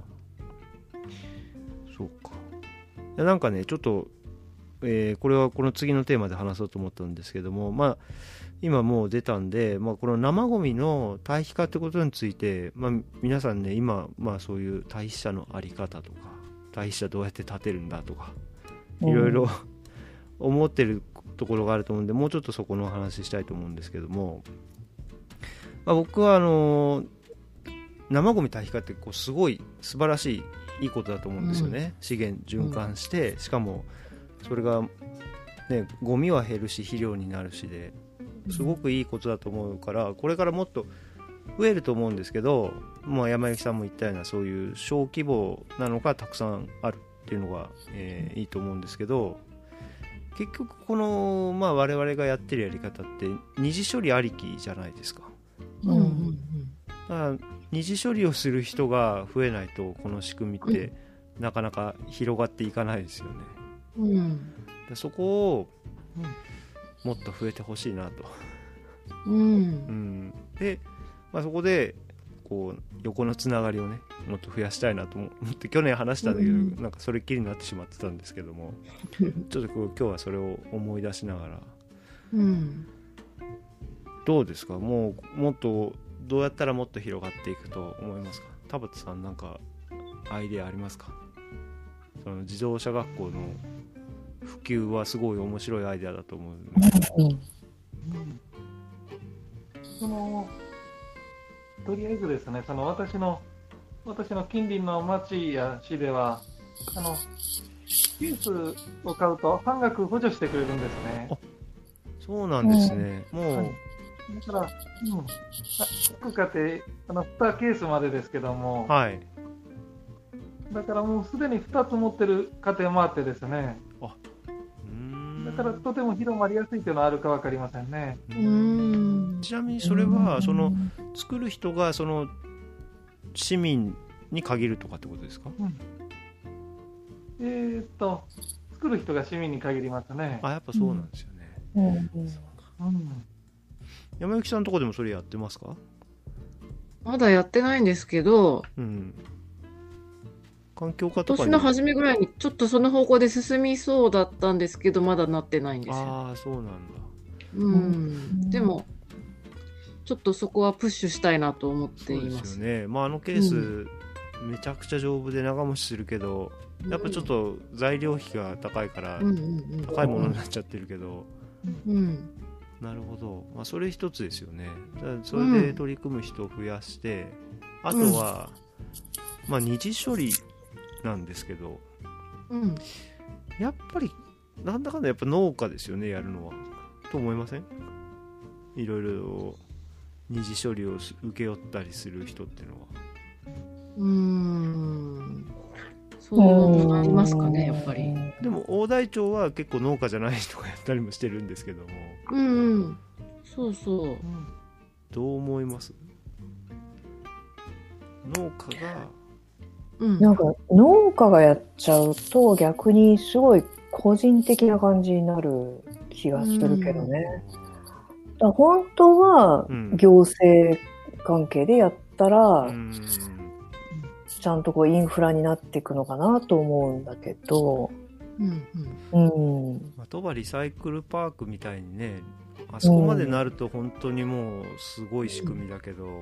そうか。いやなんかねちょっと、えーこれはこの次のテーマで話そうと思ったんですけども、まあ今もう出たんで、まあ、この生ゴミの堆肥化ってことについて、まあ、皆さんね今、まあ、そういう堆肥車のあり方とか堆肥車どうやって建てるんだとかいろいろ思ってるところがあると思うんで、もうちょっとそこのお話ししたいと思うんですけども、まあ、僕はあの生ゴミ堆肥化ってこうすごい素晴らしいいいことだと思うんですよね、うん、資源循環して、しかもそれが、ね、ゴミは減るし肥料になるしですごくいいことだと思うから、これからもっと増えると思うんですけど、まあ、山幸さんも言ったようなそういう小規模なのがたくさんあるっていうのが、えー、いいと思うんですけど、結局この、まあ、我々がやってるやり方って二次処理ありきじゃないですか。 うんうんうん、 だから二次処理をする人が増えないとこの仕組みってなかなか広がっていかないですよね、 うん、 でそこをもっと増えてほしいなと、 うんうん、 で、まあ、そこでこう横のつながりをねもっと増やしたいなと思って去年話したんだけど、うん、なんかそれっきりになってしまってたんですけどもちょっとこう今日はそれを思い出しながら、 うん、 どうですか、もうもっとどうやったらもっと広がっていくと思いますか。田畑さんなんかアイデアありますか。その自動車学校の普及はすごい面白いアイデアだと思う、 うんうん、 そのとりあえずですね、その私の私の近隣の町や市ではあのケースを買うと半額補助してくれるんですね。 あ、そうなんですね、うん、もう、はい、 だから、うん、各家庭あのにケースまでですけども、 はい、 だからもうすでにふたつ持ってる家庭もあってですね、 あ、うーん、 だからとても広まりやすいというのはあるか分かりませんね。 うーん、 ちなみにそれはその作る人がその市民に限るとかってことですか。 うん、えー、っと作る人が市民に限りますね。 あ、やっぱそうなんですよね、 うんうんうん、 山幸さんのとこでもそれやってますか。 まだやってないんですけど、 うん、環境課とかに今年の初めぐらいにちょっとその方向で進みそうだったんですけどまだなってないんですよ。 ああ、そうなんだ。 うん、うん、でもちょっとそこはプッシュしたいなと思っています。 そうですよね、まあ、あのケース、 めちゃくちゃ丈夫で長持ちするけど、やっぱちょっと材料費が高いから高いものになっちゃってるけど、 うん、 なるほど、まあ、それ一つですよね。だからそれで取り組む人を増やして、うん、あとは、まあ、二次処理なんですけど、 うん、 やっぱりなんだかんだやっぱ農家ですよね、やるのは。と思いません？いろいろ二次処理を請け負ったりする人っていうのは。 うーん、そうなりますかね、やっぱり。 でも大台町は結構農家じゃない人がやったりもしてるんですけども。 うん、うん、そうそう。 どう思います？農家が、 うん、なんか農家がやっちゃうと逆にすごい個人的な感じになる気がするけどね。うん、だ本当は行政関係でやったら、うん、ちゃんとこうインフラになっていくのかなと思うんだけど、 うんうんうん、 鳥羽リサイクルパークみたいにね、あそこまでなると本当にもうすごい仕組みだけど、うん、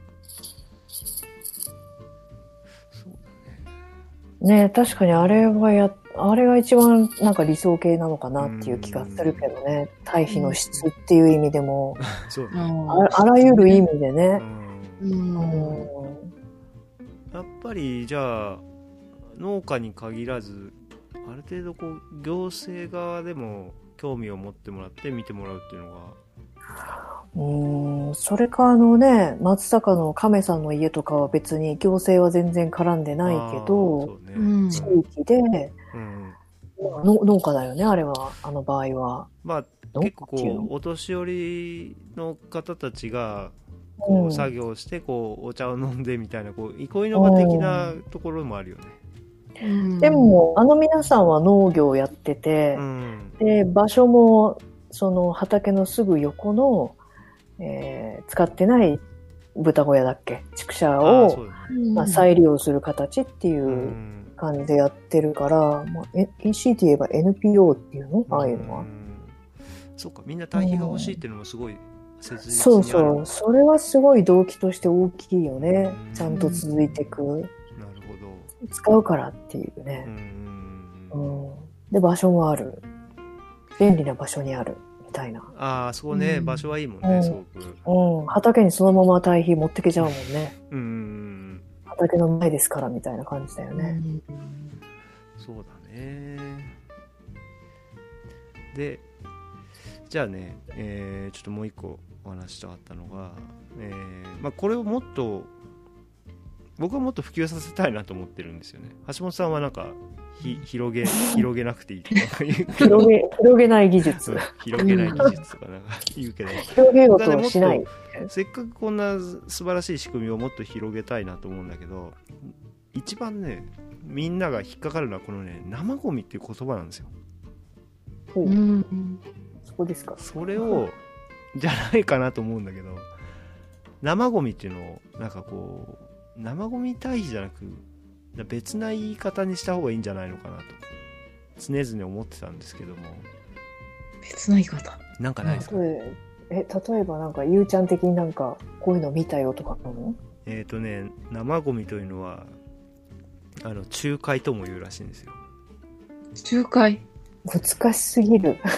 そうだね。ね、確かにあれはやあれが一番なんか理想形なのかなっていう気がするけどね。堆肥の質っていう意味でも、 そうね、 あ, あらゆる意味でね。 うんうん、やっぱりじゃあ農家に限らずある程度こう行政側でも興味を持ってもらって見てもらうっていうのが、 うーん、それかあのね、松坂の亀さんの家とかは別に行政は全然絡んでないけど、ね、地域で、うんまあ、の農家だよね、あれは、あの場合は。 まあ結構こうお年寄りの方たちがこう作業してこうお茶を飲んでみたいな、こう憩いの場的なところもあるよね。 うん、でもあの皆さんは農業をやってて、うん、で場所もその畑のすぐ横の、えー、使ってない豚小屋だっけ、畜舎をあ、ね、まあ、再利用する形っていう感じでやってるから、まあ、エーシー って言えば エヌピーオー っていうの、ああいうのは、うん、 そうか、みんな堆肥が欲しいっていうのもすごい切実にある、うん、 そうそう、それはすごい動機として大きいよね、うん、ちゃんと続いていく、なるほど、使うからっていうね、うん、うん、で場所もある、便利な場所にあるみたいな。 ああ、そうね、うん、場所はいいもんね、すごく、 うん、畑にそのまま堆肥持ってけちゃうもんね。 うん、 畑の前ですからみたいな感じだよね。うん、 そうだね。で、じゃあね、えー、ちょっともう一個お話したかったのが、えーまあ、これをもっと僕はもっと普及させたいなと思ってるんですよね。橋本さんはなんかひ広げ広げなくていいとか言う広げ広げない技術広げない技術とかなんか言うけど、 広げようとしない。 せっかくこんな素晴らしい仕組みをもっと広げたいなと思うんだけど、一番ねみんなが引っかかるのはこのね生ゴミっていう言葉なんですよ。 うん、そこですか。 それをじゃないかなと思うんだけど、生ゴミっていうのをなんかこう生ゴミ堆肥じゃなく別な言い方にした方がいいんじゃないのかなと常々思ってたんですけども。 別な言い方なんかないですか？ え例えばなんかゆうちゃん的になんかこういうの見たよとかなの？ えっとね、生ゴミというのはあの仲介とも言うらしいんですよ。 仲介難しすぎる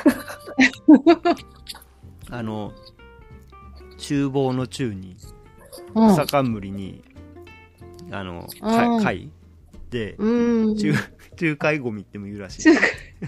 あの厨房の中に草冠に、うん、あの貝で仲, 仲介ゴミっても言うらしいだ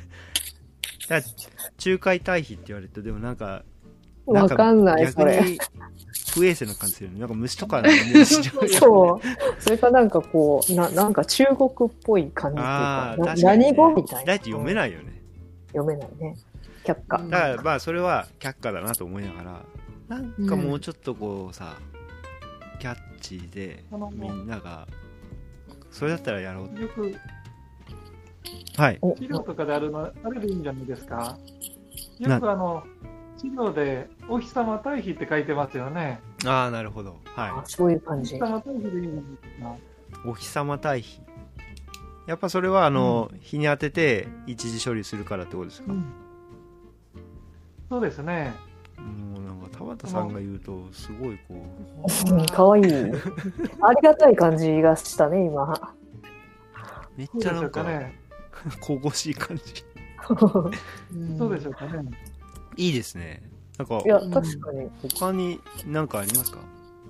仲介堆肥って言われるとでもなんかわかんないそれ不衛生な感じするよね。なんか虫とかのイメージしちゃう、ね、 そうそれかなんかこう な, なんか中国っぽい感じというか、 か、ね、 何語みたいな。 だって読めないよね。 読めないね。却下。 だからまあそれは却下だなと思いながら、なんかもうちょっとこうさ、うん、キャッチーでみんながそれだったらやろう。 よくはい。 資料とかであるのあれでいいんじゃないですか。よくあの資料でお日様堆肥って書いてますよね。 ああ、なるほど。はい。 そういう感じ。 お日様堆肥でいいんですか。 お日様堆肥。やっぱそれはあの、うん、日に当てて一時処理するからってことですか。うん、 そうですね。 もうなんか田畑さんが言うとすごいこう、うん、かわいいありがたい感じがしたね今。 めっちゃなんか神々しい感じそうでしょうかね。 いいですね。なんかいや確かに他に何かありますか？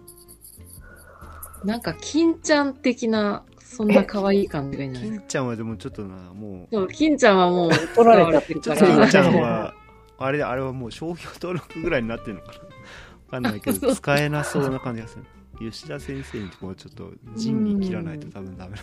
なんか金ちゃん的なそんな可愛い感じがいいんじゃないですか。 金ちゃんはでもちょっとなもうそう金ちゃんはもう取られてるから金ちゃんはあれあれはもう商標登録ぐらいになってるのかなわかんないけど使えなそうな感じがする。吉田先生にこうちょっと仁義切らないと多分ダメだ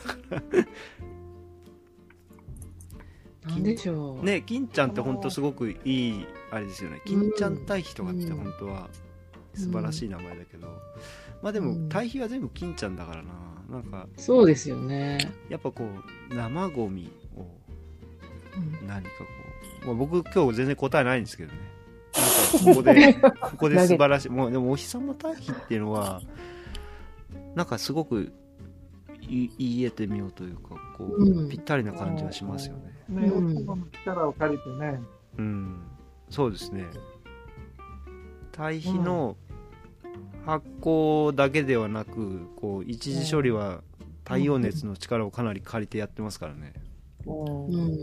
からなんでしょうね。金ちゃんって本当すごくいいあれですよね。金ちゃん対比とかって本当は素晴らしい名前だけど、まあでも対比は全部金ちゃんだからな。なんかそうですよね。 やっぱこう生ゴミを何かこう、まあ、僕今日全然答えないんですけどね。なんかここでここで素晴らしい。もうでもお日様対比っていうのはなんかすごく言い得てみようというかこう、うん、ぴったりな感じがしますよね。 ね、お日様の力を借りてね。 うん、そうですね。対比の発酵だけではなく、こう一次処理は太陽熱の力をかなり借りてやってますからね。 うん、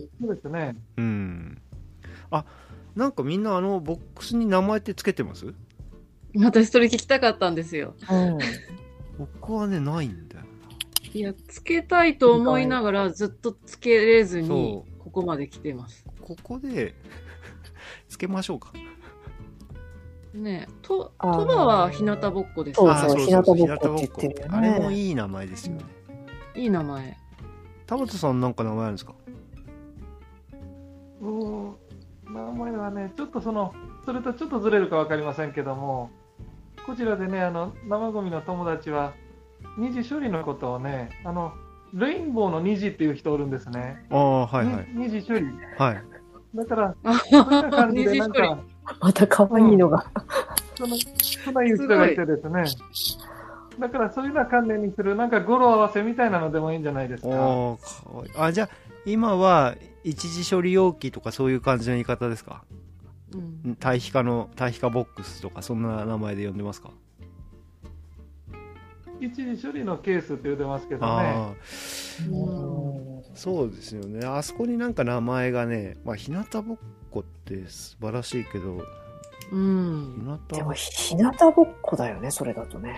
そうですね。 うん。あ、なんかみんなあのボックスに名前ってつけてます？ 私それ聞きたかったんですよ。 うん、 僕はねないんだよ。 いやつけたいと思いながらずっとつけれずにここまで来てます。 ここでつけましょうか。 ねえ、と鳥羽は日向ぼっこです。 そうそう、日向ぼっこって言ってるよね。 あれもいい名前ですよね。 いい名前。 田畑さんなんか名前あるんですか？ お名前はね、ちょっとそのそれとちょっとずれるか分かりませんけども、こちらでね、あの生ゴミの友達は二次処理のことをね、あのレインボーの虹っていう人おるんですね。 ああ、はいはい。 二次処理。 はい。 だからそんな感じでなんかまた可愛いのが、 うん、そのそんないう人がいてですね。だからそういうような関連にするなんか語呂合わせみたいなのでもいいんじゃないですか。 おー、かわいい。あ、じゃあ今は一次処理容器とかそういう感じの言い方ですか？うん、対比化の対比化ボックスとかそんな名前で呼んでますか？ 一次処理のケースって呼んでますけどね。あ、 うん、そうですよね。あそこになんか名前がね、まあ日向ぼっこって素晴らしいけど、 うん、 日向でも日向ぼっこだよね、それだとね。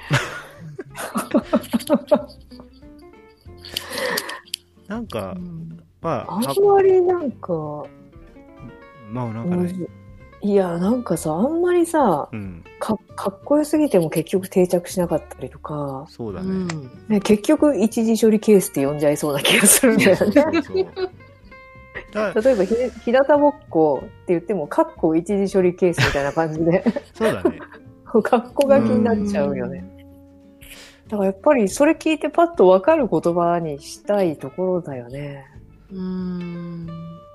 なんか、うん、まああんまりなんかまあなんかね、 いやなんかさ、あんまりさ、うん、か, かっこよすぎても結局定着しなかったりとか、 そうだね、うん、 ね、結局一次処理ケースって呼んじゃいそうな気がするんだよね。そうそうそう例えばひ日向ぼっこって言ってもカッコ一次処理ケースみたいな感じでそうだね。 カッコ書きになっちゃうよね。だからやっぱりそれ聞いてパッと分かる言葉にしたいところだよね。うーん、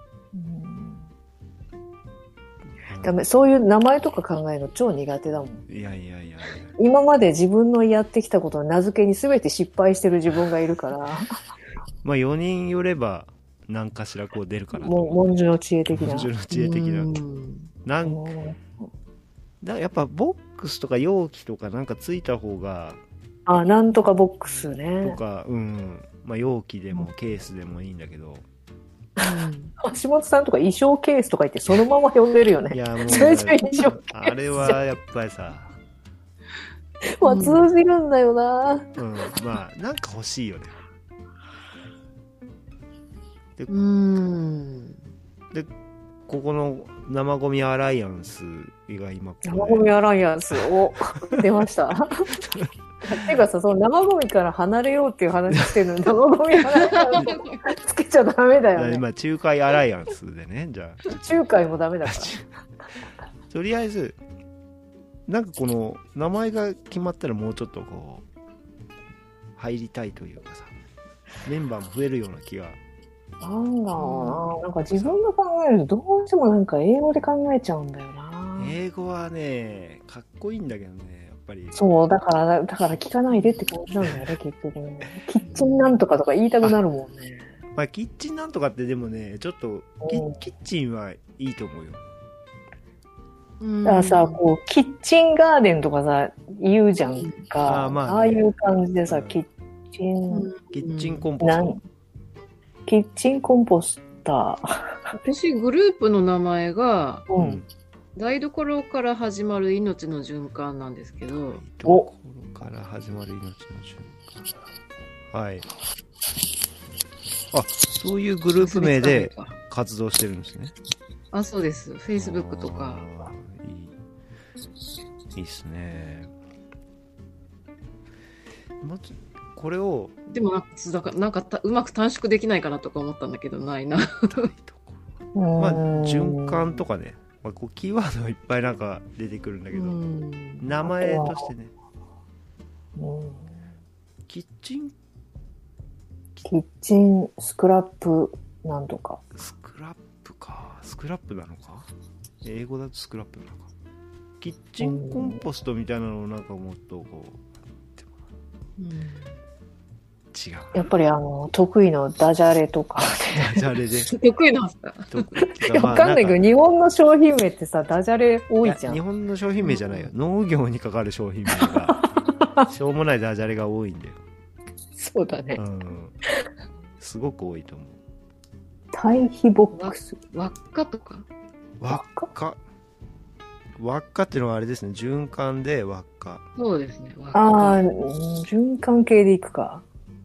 ダメ、そういう名前とか考えるの超苦手だもん。 いやいやいやいや。 今まで自分のやってきたことの名付けに全て失敗してる自分がいるから。 まあよにんよれば何かしらこう出るかなと。 もう文殊の知恵的な。 文殊の知恵的な。なんだやっぱボックスとか容器とかなんかついた方が。 あ、なんとかボックスね。 とか、うん。まあ容器でもケースでもいいんだけど。 うん、橋本さんとか衣装ケースとか言ってそのまま呼んでるよね。 いやもうそれじゃ衣装ケース。 あれはやっぱりさ。 まあ通じるんだよな。 うん。まあなんか欲しいよね。で、 うーんでここの生ゴミアライアンスが今こ生ゴミアライアンスを出ました。ていうかさ、その生ゴミから離れようっていう話してるのに生ゴミアライアンスつけちゃダメだよね。 今仲介アライアンスでね、じゃあ仲介もダメだからとりあえずなんかこの名前が決まったらもうちょっとこう入りたいというかさ、メンバーも増えるような気が。 なんだろうな、なんか自分が考えるとどうしてもなんか英語で考えちゃうんだよな。 英語はねかっこいいんだけどね、やっぱり。 そうだからだから聞かないでって感じなんだよね結局ね。キッチンなんとかとか言いたくなるもんね。 まあキッチンなんとかってでもねちょっとキ、キッチンはいいと思うよ。 うんだからさ、こう、キッチンガーデンとかさ、言うじゃんか。 あーまあねああいう感じでさ、 うんキッチン、 キッチンコンポストなんキッチンコンポスタ私、グループの名前が、 ー。うん。 台所から始まる命の循環なんですけど、 ところから始まる命の循環。はい。あ、そういうグループ名で活動してるんですね。 あ、そうです。Facebook とか。 あーいい。いいっすね。まず、これを、 でもなんか、だからなんかたうまく短縮できないかなとか思ったんだけど、ないな。 まあ、 うん循環とかね、まあ、こうキーワードはいっぱいなんか出てくるんだけど、 うん名前としてね、 うんキッチン、 キッチンスクラップなんとか。 スクラップか。スクラップなのか。英語だとスクラップなのか。キッチンコンポストみたいなのをなんかもっとこう、 うん違う。 やっぱりあの、得意のダジャレとか。 ダジャレで。 得意なんですか？ といやわかんないけど、日本の商品名ってさ、ダジャレ多いじゃん。 日本の商品名じゃないよ。農業にかかる商品名が、しょうもないダジャレが多いんだよ。 そうだねう。ん。すごく多いと思う。 堆肥ボックス。 輪っかとか。 輪っか。輪っかっていうのはあれですね。循環で輪っか。 そうですね。輪っかああ、うん循環系でいくか。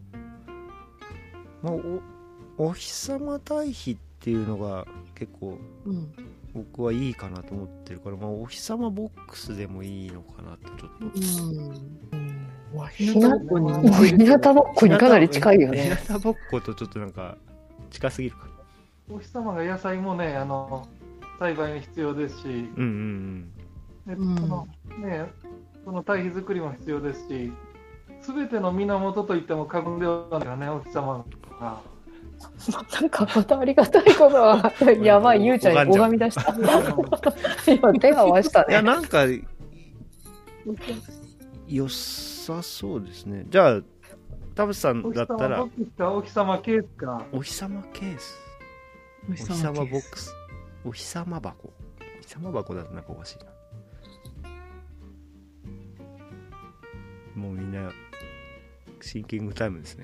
まあ、お、お日様堆肥っていうのが結構うん。 僕はいいかなと思ってるから、まあ、お日様ボックスでもいいのかなとちょっと。 うん。 うんまあ日向ぼっこに似てる日向ぼっこにかなり近いよね。 日向ぼっことちょっとなんか近すぎるか。 お日様が野菜もね、あの栽培に必要ですし、 うんうんでうんそのね、その堆肥作りも必要ですし、すべての源といっても過言ではないよね、お日様が。 なんかまたありがたいことは、やばい、ゆうちゃんに拝み出した。今手合わしたうん。いや、 ね。 なんか、良さそうですね。じゃあ、田淵さんお日だったら様ボッ、クスか、お日様ケースか。 お日様ケース。 おお日様ボックス。お日様箱。お日様箱だとなんかおかしいな。もうみんな、シンキングタイムですね。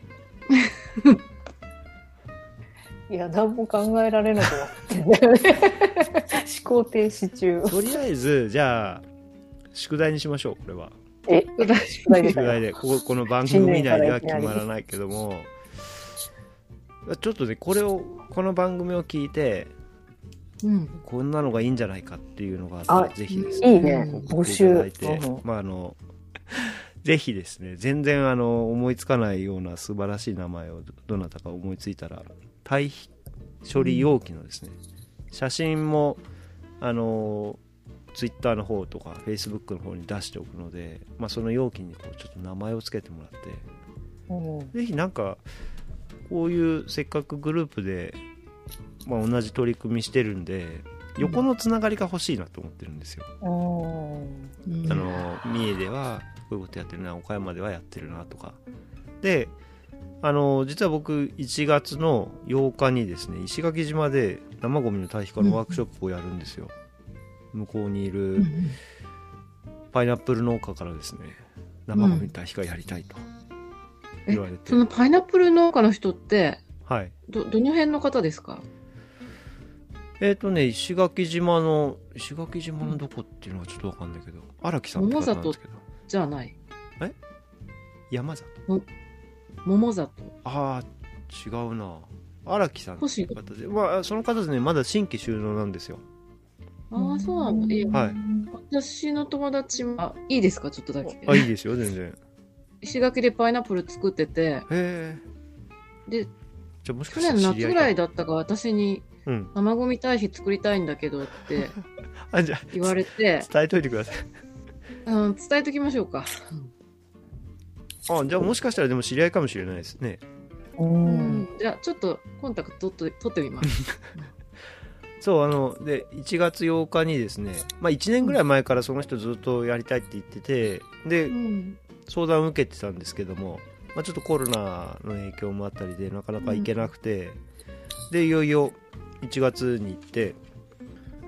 いや、何も考えられなくなってんだよね。思考停止中。 とりあえず、じゃあ、宿題にしましょう、これは。 え、宿題ですか宿題で、ここ、この番組内では決まらないけども、ちょっとね、これを、この番組を聞いて、 うん。 こんなのがいいんじゃないかっていうのがあったら、 あぜひですいいね送っていただいて募集うんまあ、あの、ぜひですね、全然あの、思いつかないような素晴らしい名前をどなたか思いついたら、堆肥処理容器のですね、写真も、あの、ツイッターの方とか、フェイスブックの方に出しておくので、まあ、その容器にこうちょっと名前をつけてもらって、 うんぜひなんか、こういうせっかくグループで、まあ、同じ取り組みしてるんで、横のつながりが欲しいなと思ってるんですよ。 うんあの三重ではこういうことやってるな、岡山ではやってるなとか。で、あの実は僕いちがつのようかにですね、石垣島で生ゴミの堆肥化のワークショップをやるんですよ。向こうにいるパイナップル農家からですね、生ゴミの堆肥化やりたいと言われて、 そのパイナップル農家の人ってはい。 どどの辺の方ですか？ えっ、ー、とね、石垣島の、石垣島のどこっていうのはちょっとわかんないけど、荒木さんって方なんですけど。 じゃあない。 山里。 桃里。 ああ、違うな。荒木さんって星方で、まあ、その方ですね、まだ新規収納なんですよ。 ああ、そうなんだ。いやはい。 私の友達も、あ、いいですか、ちょっとだけ。 あ、いいですよ、全然。 石垣でパイナップル作ってて、 へえ。 で、 じゃあもしか去したら年夏ぐらいだ。 だったか私にうん。 生ゴミ堆肥作りたいんだけどってあ、じゃあ、 言われて、 伝えといてください。 うん、伝えときましょうか。 あ、じゃあもしかしたらでも知り合いかもしれないですね。 ううんん、じゃあちょっとコンタクト取って取ってみます。 そう、あの、で、いちがつようかにですね、まあいちねんぐらい前からその人ずっとやりたいって言ってて、で、 うん、 相談を受けてたんですけども、まあ、ちょっとコロナの影響もあったりでなかなか行けなくて、でいよいよいちがつに行って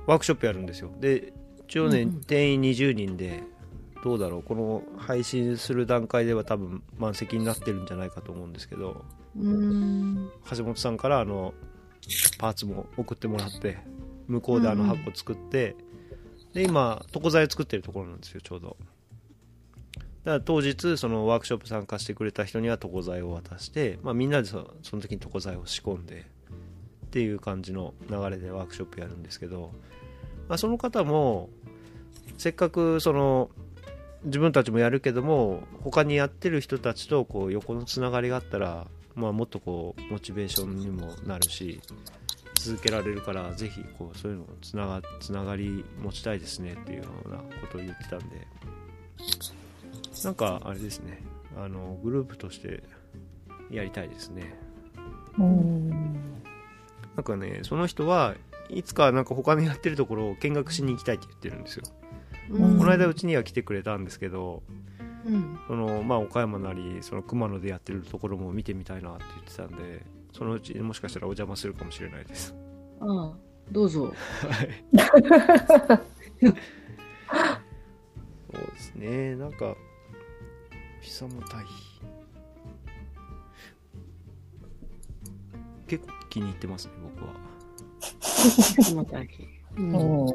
ワークショップやるんですよ。で一応ね、うんうん、定員にじゅうにんで、どうだろう、この配信する段階では多分満席になってるんじゃないかと思うんですけど、 うーん、 橋本さんからあのパーツも送ってもらって、向こうであの箱作って、うん、で今床材を作ってるところなんですよ、ちょうど。だから当日そのワークショップ参加してくれた人には床材を渡して、まあ、みんなで そ, その時に床材を仕込んでっていう感じの流れでワークショップやるんですけど、まあ、その方もせっかくその自分たちもやるけども他にやってる人たちとこう横のつながりがあったら、まあ、もっとこうモチベーションにもなるし続けられるから、ぜひこうそういうのをつなが、つながり持ちたいですねっていうようなことを言ってたんで、なんかあれですね、あのグループとしてやりたいですね。 うん、 なんかね、その人はいつかなんか他にやってるところを見学しに行きたいって言ってるんですよ。うん、この間うちには来てくれたんですけど、うん、そのまあ岡山なりその熊野でやってるところも見てみたいなって言ってたんで、そのうちもしかしたらお邪魔するかもしれないです。 ああ、どうぞ。はいそうですね、なんか久も対比結構気に入ってますね、僕は。 久も対比、うん、うん、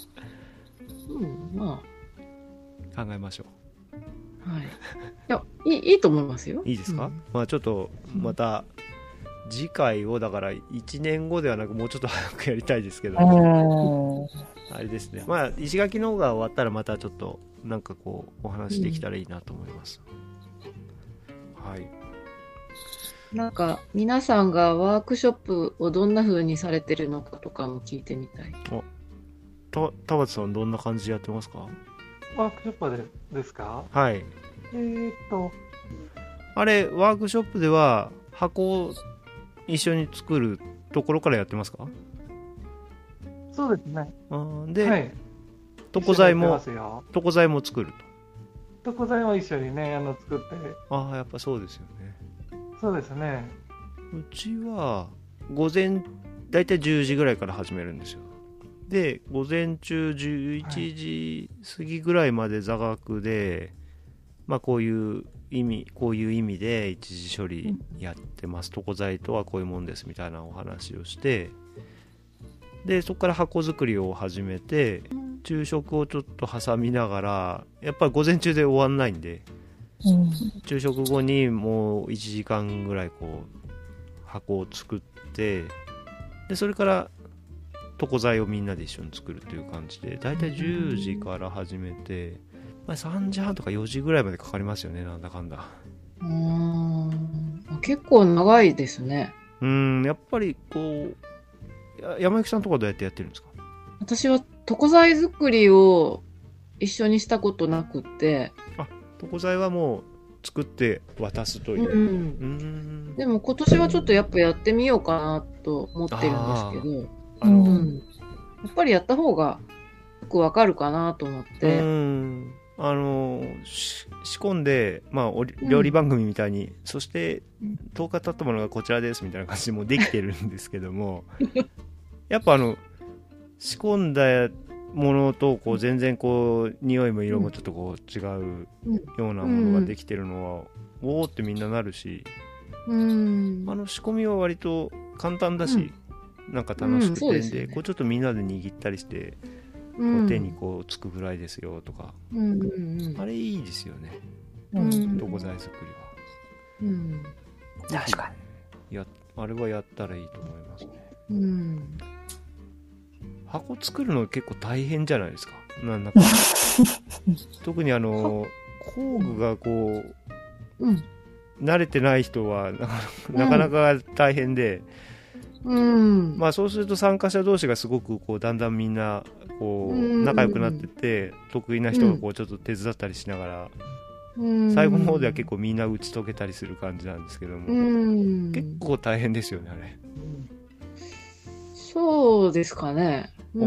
まあ考えましょう。はい。いや、いい、いいと思いますよ。 いいですか？うん、まあちょっとまた次回をだからいちねんごではなくもうちょっと早くやりたいですけど、あれですね。まあ石垣の方が終わったらまたちょっとなんかこうお話できたらいいなと思います。うん、はい。 なんか皆さんがワークショップをどんな風にされてるのかとかも聞いてみたい。 あ、た田畑さんどんな感じでやってますか？ ワークショップでですか？ はい。 えーっとあれワークショップでは箱を一緒に作るところからやってますか？ そうですね。 あで、 はい、 床材も床材も作ると。床材も一緒にねあの作って。 ああ、やっぱそうですよね。 そうですね。 うちは午前だいたいじゅうじぐらいから始めるんですよ。で午前中じゅういちじ過ぎぐらいまで座学で、はい、まあこういう意味こういう意味で一時処理やってます、うん、床材とはこういうもんですみたいなお話をして、でそこから箱作りを始めて、昼食をちょっと挟みながら、やっぱり午前中で終わんないんで、うん、昼食後にもういちじかんぐらいこう箱を作って、でそれから床材をみんなで一緒に作るという感じで、だいたいじゅうじから始めて、まあ、さんじはんとかよじぐらいまでかかりますよね、なんだかんだ。 うーん、結構長いですね。 うーん、やっぱりこう山行さんとかどうやってやってるんですか？ 私は床材作りを一緒にしたことなくって。 あ、床材はもう作って渡すという、うん、うーん、 でも今年はちょっとやっぱやってみようかなと思ってるんですけど、 あの、うん、 やっぱりやった方がよくわかるかなと思って、 うん、あの仕込んで、まあ、お料理番組みたいに、うん、そしてとおか経ったものがこちらですみたいな感じでもうできてるんですけどもやっぱあの仕込んだものとこう全然こう匂いも色もちょっとこう違うようなものができてるのは、うん、おーってみんななるし、うん、あの仕込みは割と簡単だし、うん、なんか楽しくて、うん、で、ね、こうちょっとみんなで握ったりして、うん、こう手にこうつくぐらいですよとか、うんうんうん、あれいいですよね、うん、床材作りは、うん、 確かにやあれはやったらいいと思いますね、うん、箱作るの結構大変じゃないですか。なんだか特にあの工具がこう、うん、慣れてない人はなかなか大変で、うん、まあそうすると参加者同士がすごくこうだんだんみんなこう仲良くなってて、得意な人がこうちょっと手伝ったりしながら、うん、最後の方では結構みんな打ち解けたりする感じなんですけども、うん、結構大変ですよねあれ。 そうですかね。うん、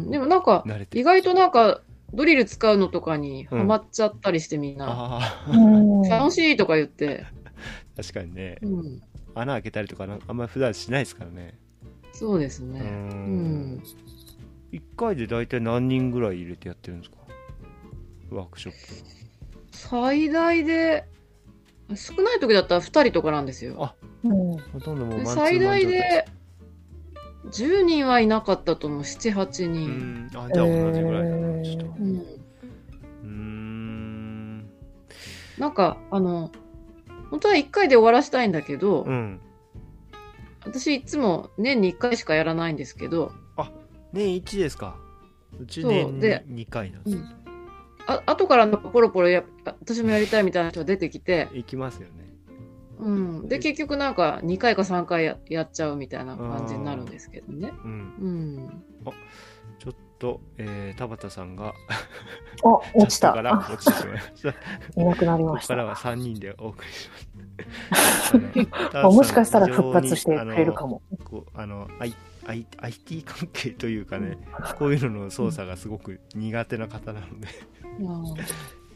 でもなんか意外となんかドリル使うのとかにハマっちゃったりしてみんな、うん、楽しいとか言って確かにね、うん、穴開けたりとかなんかあんまり普段しないですからね。 そうですね。うん、 いっかいで大体何人ぐらい入れてやってるんですか、ワークショップ。 最大で少ない時だったらふたりとかなんですよ。 あ、 うん、 ほとんどもうマンツーマン最大状態でじゅうにんはいなかったと思う。なな、はちにん。 うん、あ、じゃあ同じぐらいの感じと。 えーうんうーん。 なんかあの本当はいっかいで終わらせたいんだけど、 うん。 私いつも年にいっかいしかやらないんですけど、 年いちですか。うちそう年でにかいなんですよ。 あ後からなんかポロポロや私もやりたいみたいな人が出てきて、 行きますよね。 うん、で結局なんかにかいかさんかい や, やっちゃうみたいな感じになるんですけどね。 うん。 うんちょっと、えー、田畑さんがあ、落ちた。 チャットから落ちてしまいました。 いなくなりこました。 こからはさんにんでお送りします。 あもしかしたら復活してくれるかも。 こうあの I I アイティー 関係というかね、こういうのの操作がすごく苦手な方なので、いやいや、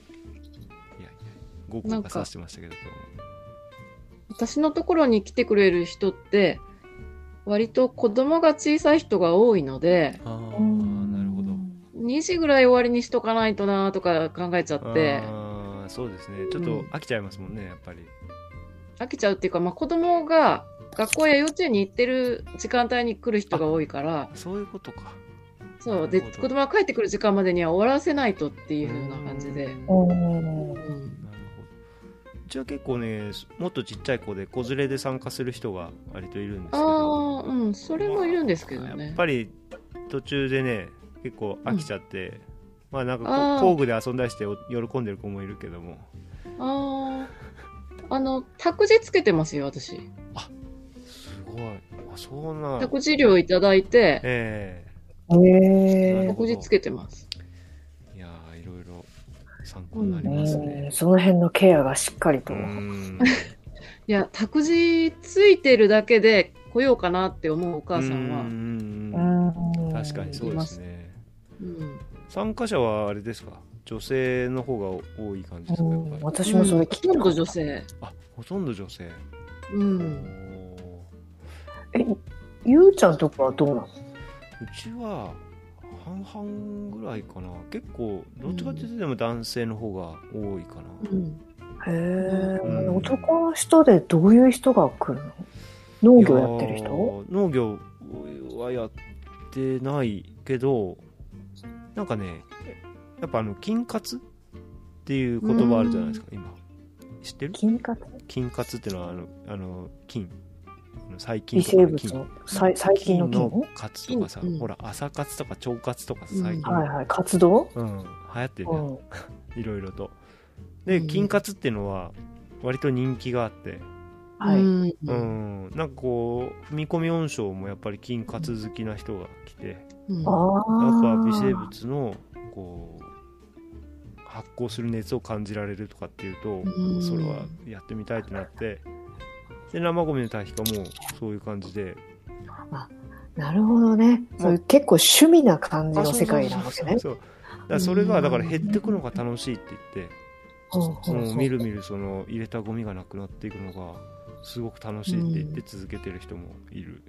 ごこかさせてましたけど、 私のところに来てくれる人って割と子供が小さい人が多いので、 ああ、なるほど。 にじぐらい終わりにしとかないとなとか考えちゃって、 ああ、そうですね。ちょっと飽きちゃいますもんね、やっぱり。 飽きちゃうっていうか、まあ、子供が学校や幼稚園に行ってる時間帯に来る人が多いから、 そういうことか。 そうで子供が帰ってくる時間までには終わらせないとっていう風な感じで、 うんうんうんなるほど。うちは結構ね、もっとちっちゃい子で子連れで参加する人が割といるんですけど、 ああ、うん、それもいるんですけどまあね。 やっぱり途中でね、結構飽きちゃって、うん、まあなんかこあー工具で遊んだりして喜んでる子もいるけども、 ああ、あの託児つけてますよ私。 すごい。あ、そんな。 託児料いただいて、 えへええ託児つけてます。 いやー、いろいろ参考になりますね。 うん、その辺のケアがしっかりと。 うんいや託児ついてるだけで来ようかなって思うお母さんは、 ううんん確かにそうですね。 うん参加者はあれですか、女性の方が多い感じですか、やっぱり。 私もそれ聞きたかったほとんど女性。 あ、ほとんど女性。 うん。 え、ゆうちゃんとかはどうなの？ うちは半々ぐらいかな。結構どっちかというとでも男性の方が多いかな。 うんへえ、 うん男の人でどういう人が来るの？農業やってる人？ いやー農業はやってないけど、なんかね、やっぱあの金活っていう言葉あるじゃないですか、今。知ってる？ 金活？ 金活っていうのはあのあの金、あの細菌微とかの菌生物の細細菌の菌？ 活とかさ、 うんほら朝活とか腸活とかさうん最近、 はいはい、活動？ うん、流行ってるじゃん、 うん。 いろいろと。で、金活っていうのは割と人気があって、 はい。 うんうん、なんかこう踏み込み音章もやっぱり金活好きな人が来て、 うんああ。 やっぱ微生物のこう発酵する熱を感じられるとかっていうと、 うんそれはやってみたいってなって、で生ゴミの堆肥化もそういう感じで、 なるほどね。そういう結構趣味な感じの世界なわけね。 そうそうそうそうだからそれがだから減ってくのが楽しいって言って、 うんうんもうみるみるその入れたゴミがなくなっていくのがすごく楽しいって言って続けてる人もいる、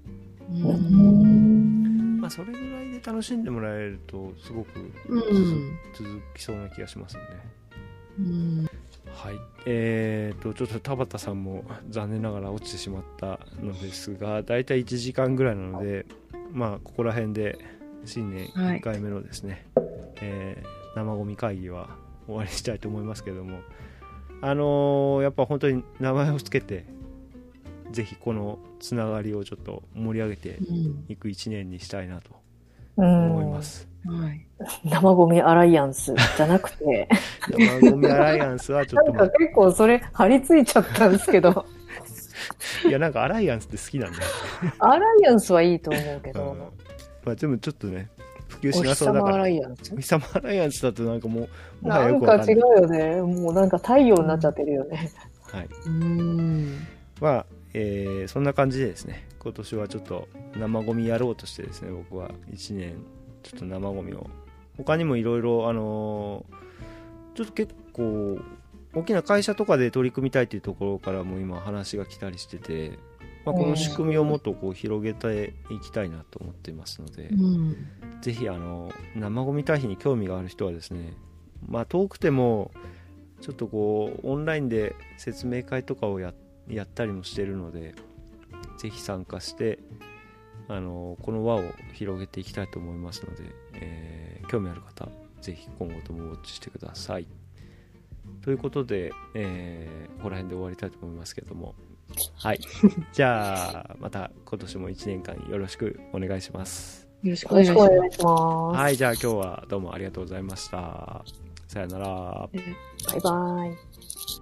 うんまあそれぐらいで楽しんでもらえるとすごくうん続きそうな気がしますよね。 うんはい、えーとちょっと田畑さんも残念ながら落ちてしまったのですが、だいたいいちじかんぐらいなので、まあここら辺で新年いっかいめのですね、えー生ゴミ会議は終わりにしたいと思いますけども、あのーやっぱ本当に名前をつけてぜひこのつながりをちょっと盛り上げていくいちねんにしたいなと思います。 はい生ゴミアライアンスじゃなくて生ゴミアライアンスはちょっと、 なんか結構それ張り付いちゃったんですけどいやなんかアライアンスって好きなんだよ、 アライアンスはいいと思うけど、 うんまあ、でもちょっとね普及お日しなそうだから、 様アライアンスお日様アライアンスだとなんかもうもはやなんよくわかんない。 か違うよね。もうなんか太陽になっちゃってるよね。 はい、 うんまあ、えーそんな感じでですね、今年はちょっと生ゴミやろうとしてですね、僕はいちねんちょっと生ゴミを他にもいろいろあのーちょっと結構大きな会社とかで取り組みたいというところからも今話が来たりしてて、 まあ、この仕組みをもっとこう広げていきたいなと思っていますので、 うん、 ぜひあの生ゴミ堆肥に興味がある人はですね、まあ、遠くてもちょっとこうオンラインで説明会とかを や, やったりもしているので、ぜひ参加してあのこの輪を広げていきたいと思いますので、えー、興味ある方ぜひ今後ともウォッチしてください。ということで、えー、ここら辺で終わりたいと思いますけども、はいじゃあまた今年もいちねんかんよろしくお願いします。 よろしくお願いします。 はい、じゃあ今日はどうもありがとうございました。さよなら。 バイバイ。